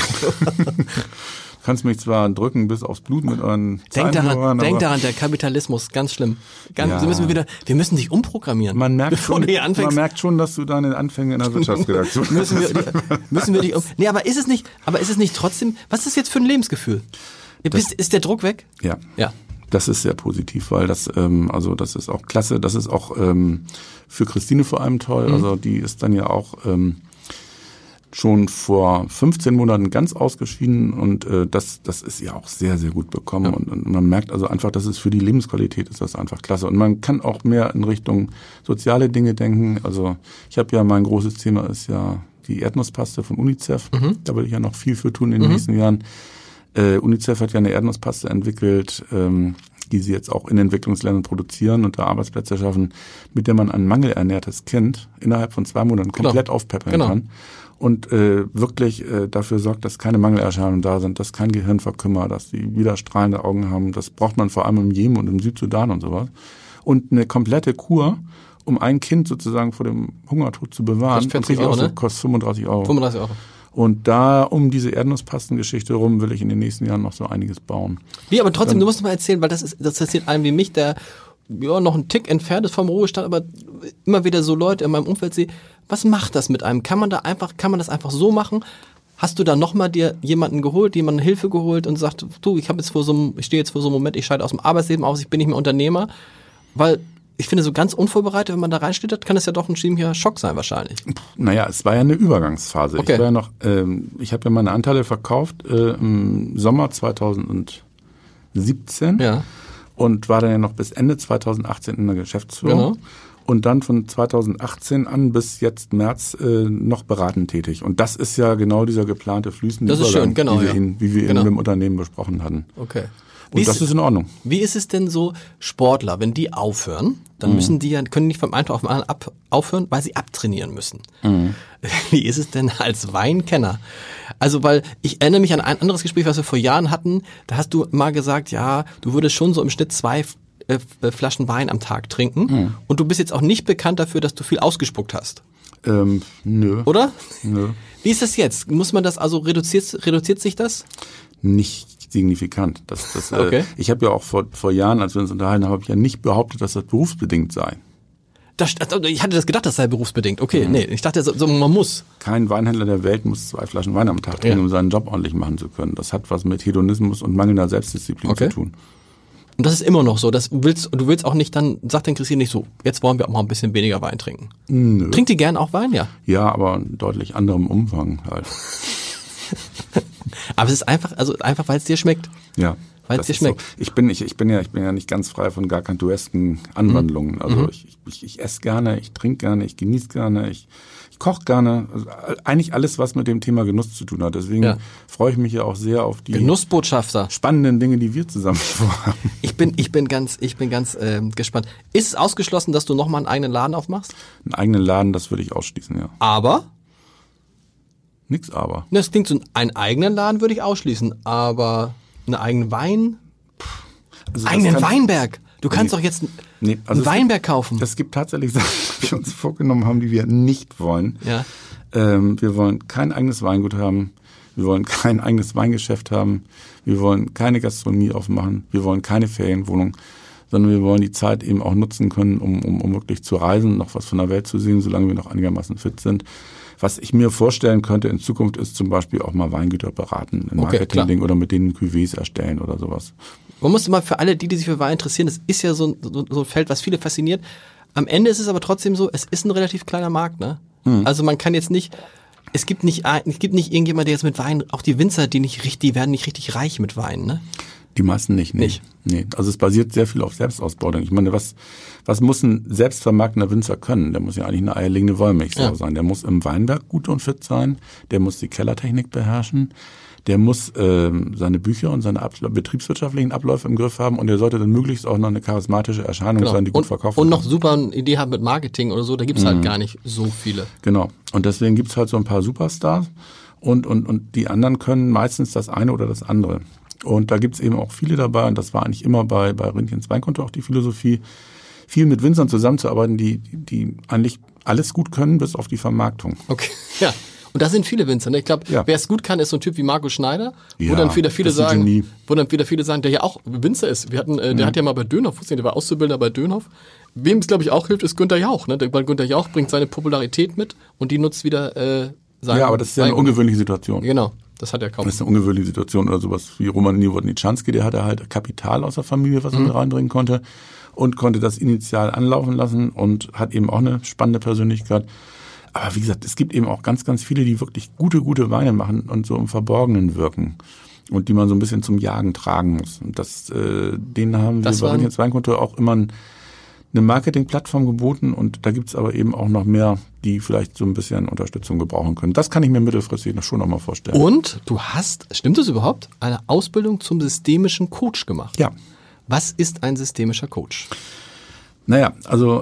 Kannst mich zwar drücken bis aufs Blut mit euren Denk daran, der Kapitalismus, ganz schlimm. Wir müssen dich umprogrammieren. Man merkt schon, dass du deine Anfänge in der Wirtschaftsredaktion müssen wir dich Nee, aber ist es nicht trotzdem, was ist jetzt für ein Lebensgefühl? Ist der Druck weg? Ja. Das ist sehr positiv, weil das ist auch klasse, das ist auch für Christine vor allem toll, also die ist dann ja auch schon vor 15 Monaten ganz ausgeschieden und das ist ja auch sehr, sehr gut bekommen und man merkt also einfach, dass es für die Lebensqualität ist das einfach klasse und man kann auch mehr in Richtung soziale Dinge denken, also ich habe ja, mein großes Thema ist ja die Erdnusspaste von UNICEF, da will ich ja noch viel für tun in den nächsten Jahren. UNICEF hat ja eine Erdnusspaste entwickelt, die sie jetzt auch in Entwicklungsländern produzieren und da Arbeitsplätze schaffen, mit der man ein mangelernährtes Kind innerhalb von 2 Monaten komplett aufpäppeln kann. Und wirklich dafür sorgt, dass keine Mangelerscheinungen da sind, dass kein Gehirn verkümmert, dass die wieder strahlende Augen haben. Das braucht man vor allem im Jemen und im Südsudan und sowas. Und eine komplette Kur, um ein Kind sozusagen vor dem Hungertod zu bewahren, kostet 40 Euro, ne? Kostet 35 Euro. 35 Euro. Und da um diese Erdnusspastengeschichte rum will ich in den nächsten Jahren noch so einiges bauen. Wie, aber trotzdem, du musst mal erzählen, weil das interessiert einen wie mich, der noch einen Tick entfernt ist vom Ruhestand, aber immer wieder so Leute in meinem Umfeld sehe, was macht das mit einem? Kann man das einfach so machen? Hast du da nochmal dir jemanden Hilfe geholt und sagt, du, ich stehe jetzt vor so einem Moment, ich scheide aus dem Arbeitsleben aus, ich bin nicht mehr Unternehmer, weil ich finde, so ganz unvorbereitet, wenn man da reinsteht, kann es ja doch ein ziemlicher Schock sein wahrscheinlich. Naja, es war ja eine Übergangsphase. Okay. Ich habe ja meine Anteile verkauft im Sommer 2017 und war dann ja noch bis Ende 2018 in der Geschäftsführung. Genau. Und dann von 2018 an bis jetzt März noch beratend tätig. Und das ist ja genau dieser geplante fließende Übergang, wie wir ihn im Unternehmen besprochen hatten. Okay. Und das ist in Ordnung. Wie ist es denn so, Sportler, wenn die aufhören, dann können die nicht vom einen Tag auf den anderen aufhören, weil sie abtrainieren müssen. Wie ist es denn als Weinkenner? Also, weil ich erinnere mich an ein anderes Gespräch, was wir vor Jahren hatten, da hast du mal gesagt, ja, du würdest schon so im Schnitt 2 Flaschen Wein am Tag trinken und du bist jetzt auch nicht bekannt dafür, dass du viel ausgespuckt hast. Nö. Oder? Nö. Wie ist das jetzt? Muss man das, also reduziert sich das? Nicht signifikant. Okay. Ich habe ja auch vor Jahren, als wir uns unterhalten haben, habe ich ja nicht behauptet, dass das berufsbedingt sei. Ich hatte das gedacht, das sei berufsbedingt. Okay, nee, ich dachte, man muss. Kein Weinhändler der Welt muss 2 Flaschen Wein am Tag trinken, um seinen Job ordentlich machen zu können. Das hat was mit Hedonismus und mangelnder Selbstdisziplin zu tun. Und das ist immer noch so. Du willst auch nicht dann, sagt dann Christine nicht so, jetzt wollen wir auch mal ein bisschen weniger Wein trinken. Nö. Trinkt die gern auch Wein, ja? Ja, aber in deutlich anderem Umfang halt. Aber es ist einfach, weil es dir schmeckt. Ja. weil es dir schmeckt. So. Ich bin ja nicht ganz frei von gargantuesken Anwandlungen. Also ich esse gerne, ich trinke gerne, ich genieße gerne, ich koche gerne. Also eigentlich alles, was mit dem Thema Genuss zu tun hat. Deswegen freue ich mich ja auch sehr auf die Genussbotschafter. Spannenden Dinge, die wir zusammen vorhaben. Ich bin ganz gespannt. Ist es ausgeschlossen, dass du nochmal einen eigenen Laden aufmachst? Einen eigenen Laden, das würde ich ausschließen, ja. Aber? Nix aber. Das klingt so, einen eigenen Laden würde ich ausschließen, aber einen eigenen Wein? Also eigenen Weinberg? Du kannst doch jetzt einen Weinberg kaufen. Es gibt tatsächlich Sachen, die wir uns vorgenommen haben, die wir nicht wollen. Ja. Wir wollen kein eigenes Weingut haben. Wir wollen kein eigenes Weingeschäft haben. Wir wollen keine Gastronomie aufmachen. Wir wollen keine Ferienwohnung. Sondern wir wollen die Zeit eben auch nutzen können, um wirklich zu reisen, noch was von der Welt zu sehen, solange wir noch einigermaßen fit sind. Was ich mir vorstellen könnte in Zukunft ist zum Beispiel auch mal Weingüter beraten, in Marketing oder mit denen Cuvées erstellen oder sowas. Man muss mal für alle, die sich für Wein interessieren, das ist ja so ein Feld, was viele fasziniert. Am Ende ist es aber trotzdem so, es ist ein relativ kleiner Markt, ne? Also man kann jetzt nicht, es gibt nicht irgendjemand, der jetzt mit Wein, auch die Winzer, die werden nicht richtig reich mit Wein, ne? Die meisten nicht. Nee. Also es basiert sehr viel auf Selbstausbeutung. Ich meine, was muss ein selbstvermarktender Winzer können? Der muss ja eigentlich eine eierlegende Wollmilchsau sein. Der muss im Weinberg gut und fit sein. Der muss die Kellertechnik beherrschen. Der muss seine Bücher und seine betriebswirtschaftlichen Abläufe im Griff haben. Und der sollte dann möglichst auch noch eine charismatische Erscheinung sein, die gut verkauft wird. Und noch super eine Idee haben mit Marketing oder so. Da gibt's halt gar nicht so viele. Genau. Und deswegen gibt's halt so ein paar Superstars. Und die anderen können meistens das eine oder das andere. Und da gibt's eben auch viele dabei, und das war eigentlich immer bei Rindchens Weinkonto auch die Philosophie, viel mit Winzern zusammenzuarbeiten, die eigentlich alles gut können, bis auf die Vermarktung. Okay, ja. Und da sind viele Winzer. Ne? Ich glaube, wer es gut kann, ist so ein Typ wie Markus Schneider, wo dann viele sagen, der ja auch Winzer ist. Der hat ja mal bei Dönhoff, der war Auszubildender bei Dönhoff. Wem es, glaube ich, auch hilft, ist Günther Jauch. Ne? Weil Günther Jauch bringt seine Popularität mit und die nutzt wieder Ja, aber das ist ja eine ungewöhnliche Situation. Genau. Das hat er kaum. Das ist eine ungewöhnliche Situation oder sowas wie Roman Nowotniczanski, der hatte halt Kapital aus der Familie, was er mit reinbringen konnte und konnte das initial anlaufen lassen und hat eben auch eine spannende Persönlichkeit. Aber wie gesagt, es gibt eben auch ganz, ganz viele, die wirklich gute Weine machen und so im Verborgenen wirken und die man so ein bisschen zum Jagen tragen muss. Und denen haben wir bei Rindchens Weinkonto auch immer eine Marketingplattform geboten und da gibt's aber eben auch noch mehr, die vielleicht so ein bisschen Unterstützung gebrauchen können. Das kann ich mir mittelfristig schon noch mal vorstellen. Und du hast, stimmt das überhaupt, eine Ausbildung zum systemischen Coach gemacht? Ja. Was ist ein systemischer Coach? Naja, also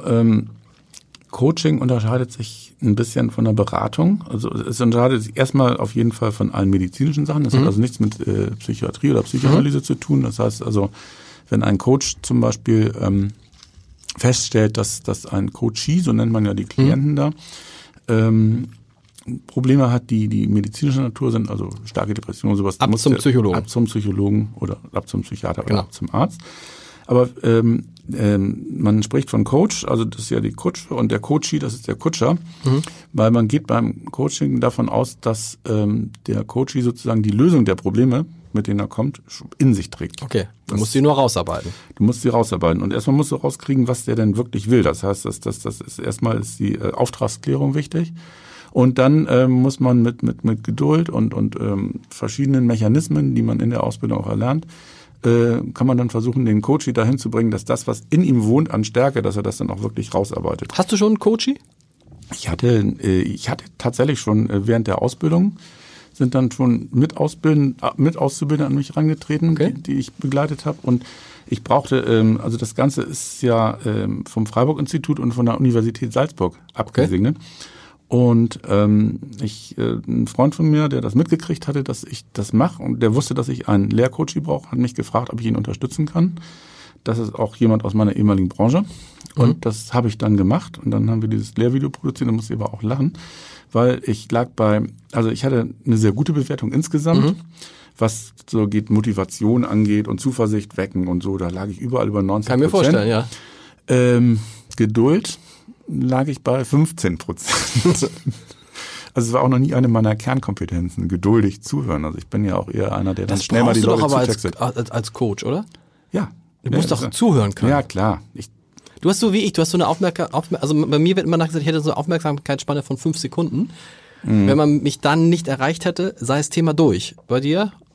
Coaching unterscheidet sich ein bisschen von der Beratung. Also es unterscheidet sich erstmal auf jeden Fall von allen medizinischen Sachen. Das hat also nichts mit Psychiatrie oder Psychoanalyse zu tun. Das heißt also, wenn ein Coach zum Beispiel feststellt, dass ein Coachee, so nennt man ja die Klienten da, Probleme hat, die medizinischer Natur sind, also starke Depression, sowas. Ab zum Psychologen. Ab zum Psychologen oder ab zum Psychiater genau. Oder ab zum Arzt. Aber man spricht von Coach, also das ist ja die Kutsche und der Coachee, das ist der Kutscher, weil man geht beim Coaching davon aus, dass der Coachee sozusagen die Lösung der Probleme, mit denen er kommt, in sich trägt. Okay, du musst sie nur rausarbeiten. Du musst sie rausarbeiten. Und erstmal musst du rauskriegen, was der denn wirklich will. Das heißt, das ist erstmal ist die Auftragsklärung wichtig. Und dann muss man mit Geduld und verschiedenen Mechanismen, die man in der Ausbildung auch erlernt, kann man dann versuchen, den Coachee dahin zu bringen, dass das, was in ihm wohnt an Stärke, dass er das dann auch wirklich rausarbeitet. Hast du schon einen Coachee? Ich hatte tatsächlich schon während der Ausbildung sind dann schon mit Auszubildenden an mich herangetreten, okay. die ich begleitet habe. Und ich brauchte, also das Ganze ist ja vom Freiburg-Institut und von der Universität Salzburg abgesegnet. Okay. Und ein Freund von mir, der das mitgekriegt hatte, dass ich das mache, und der wusste, dass ich einen Lehrcoachie brauche, hat mich gefragt, ob ich ihn unterstützen kann. Das ist auch jemand aus meiner ehemaligen Branche. Und das habe ich dann gemacht. Und dann haben wir dieses Lehrvideo produziert, da musste ich aber auch lachen. Weil ich ich hatte eine sehr gute Bewertung insgesamt, was so geht Motivation angeht und Zuversicht wecken und so, da lag ich überall über 90%. Kann mir vorstellen, ja. Geduld lag ich bei 15%. Also es war auch noch nie eine meiner Kernkompetenzen, geduldig zuhören. Also ich bin ja auch eher einer, der dann schnell mal die Leute zutextet. Das brauchst du doch aber als Coach, oder? Ja. Du musst doch zuhören können. Ja, klar. Du hast so wie ich, du hast so eine also bei mir wird immer gesagt, ich hätte so eine Aufmerksamkeitsspanne von 5 Sekunden. Wenn man mich dann nicht erreicht hätte, sei das Thema durch. Bei dir?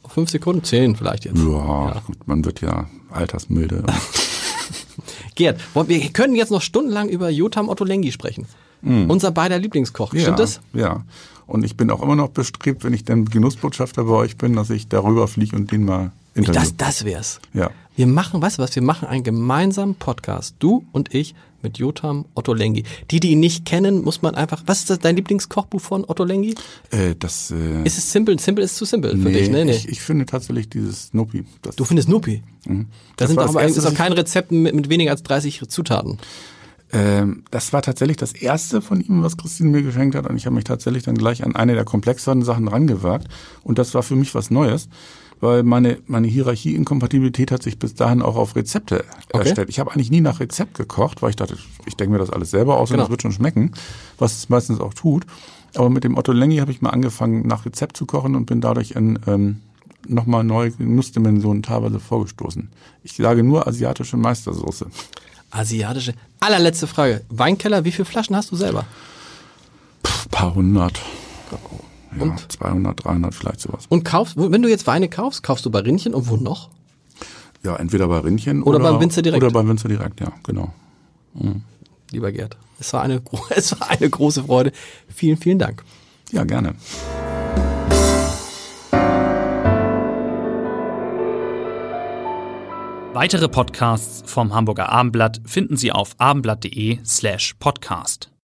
5 Sekunden? 10 vielleicht jetzt. Ja. Gut, man wird ja altersmilde. Gerd, wir können jetzt noch stundenlang über Jotam Ottolenghi sprechen. Unser beider Lieblingskoch. Stimmt das? Ja. Und ich bin auch immer noch bestrebt, wenn ich dann Genussbotschafter bei euch bin, dass ich darüber fliege und den mal interviewe. Das wär's. Ja. Wir machen, weißt du was, wir machen einen gemeinsamen Podcast, du und ich, mit Jotam Ottolenghi. Die ihn nicht kennen, muss man einfach, was ist das, dein Lieblingskochbuch von Ottolenghi? Ist es simple? Simple ist zu simpel für dich, ne? Nee. Ich finde tatsächlich dieses Snoopy. Du findest Snoopy? Da sind doch ist auch kein Rezept mit weniger als 30 Zutaten. Das war tatsächlich das erste von ihm, was Christine mir geschenkt hat. Und ich habe mich tatsächlich dann gleich an eine der komplexeren Sachen rangewagt. Und das war für mich was Neues, weil meine Hierarchie-Inkompatibilität hat sich bis dahin auch auf Rezepte erstellt. Ich habe eigentlich nie nach Rezept gekocht, weil ich dachte, ich denke mir das alles selber aus und das wird schon schmecken, was es meistens auch tut. Aber mit dem Ottolenghi habe ich mal angefangen, nach Rezept zu kochen und bin dadurch in nochmal neue Genussdimensionen teilweise vorgestoßen. Ich sage nur asiatische Meistersoße. Asiatische. Allerletzte Frage. Weinkeller, wie viele Flaschen hast du selber? Paar hundert. Ja, Und? 200, 300 vielleicht sowas. Und wenn du jetzt Weine kaufst du bei Rinnchen und wo noch? Ja, entweder bei Rinnchen oder beim Winzer direkt. Oder beim Winzer direkt, ja, genau. Lieber Gerd, es war eine große Freude. Vielen, vielen Dank. Ja, gerne. Weitere Podcasts vom Hamburger Abendblatt finden Sie auf abendblatt.de/podcast.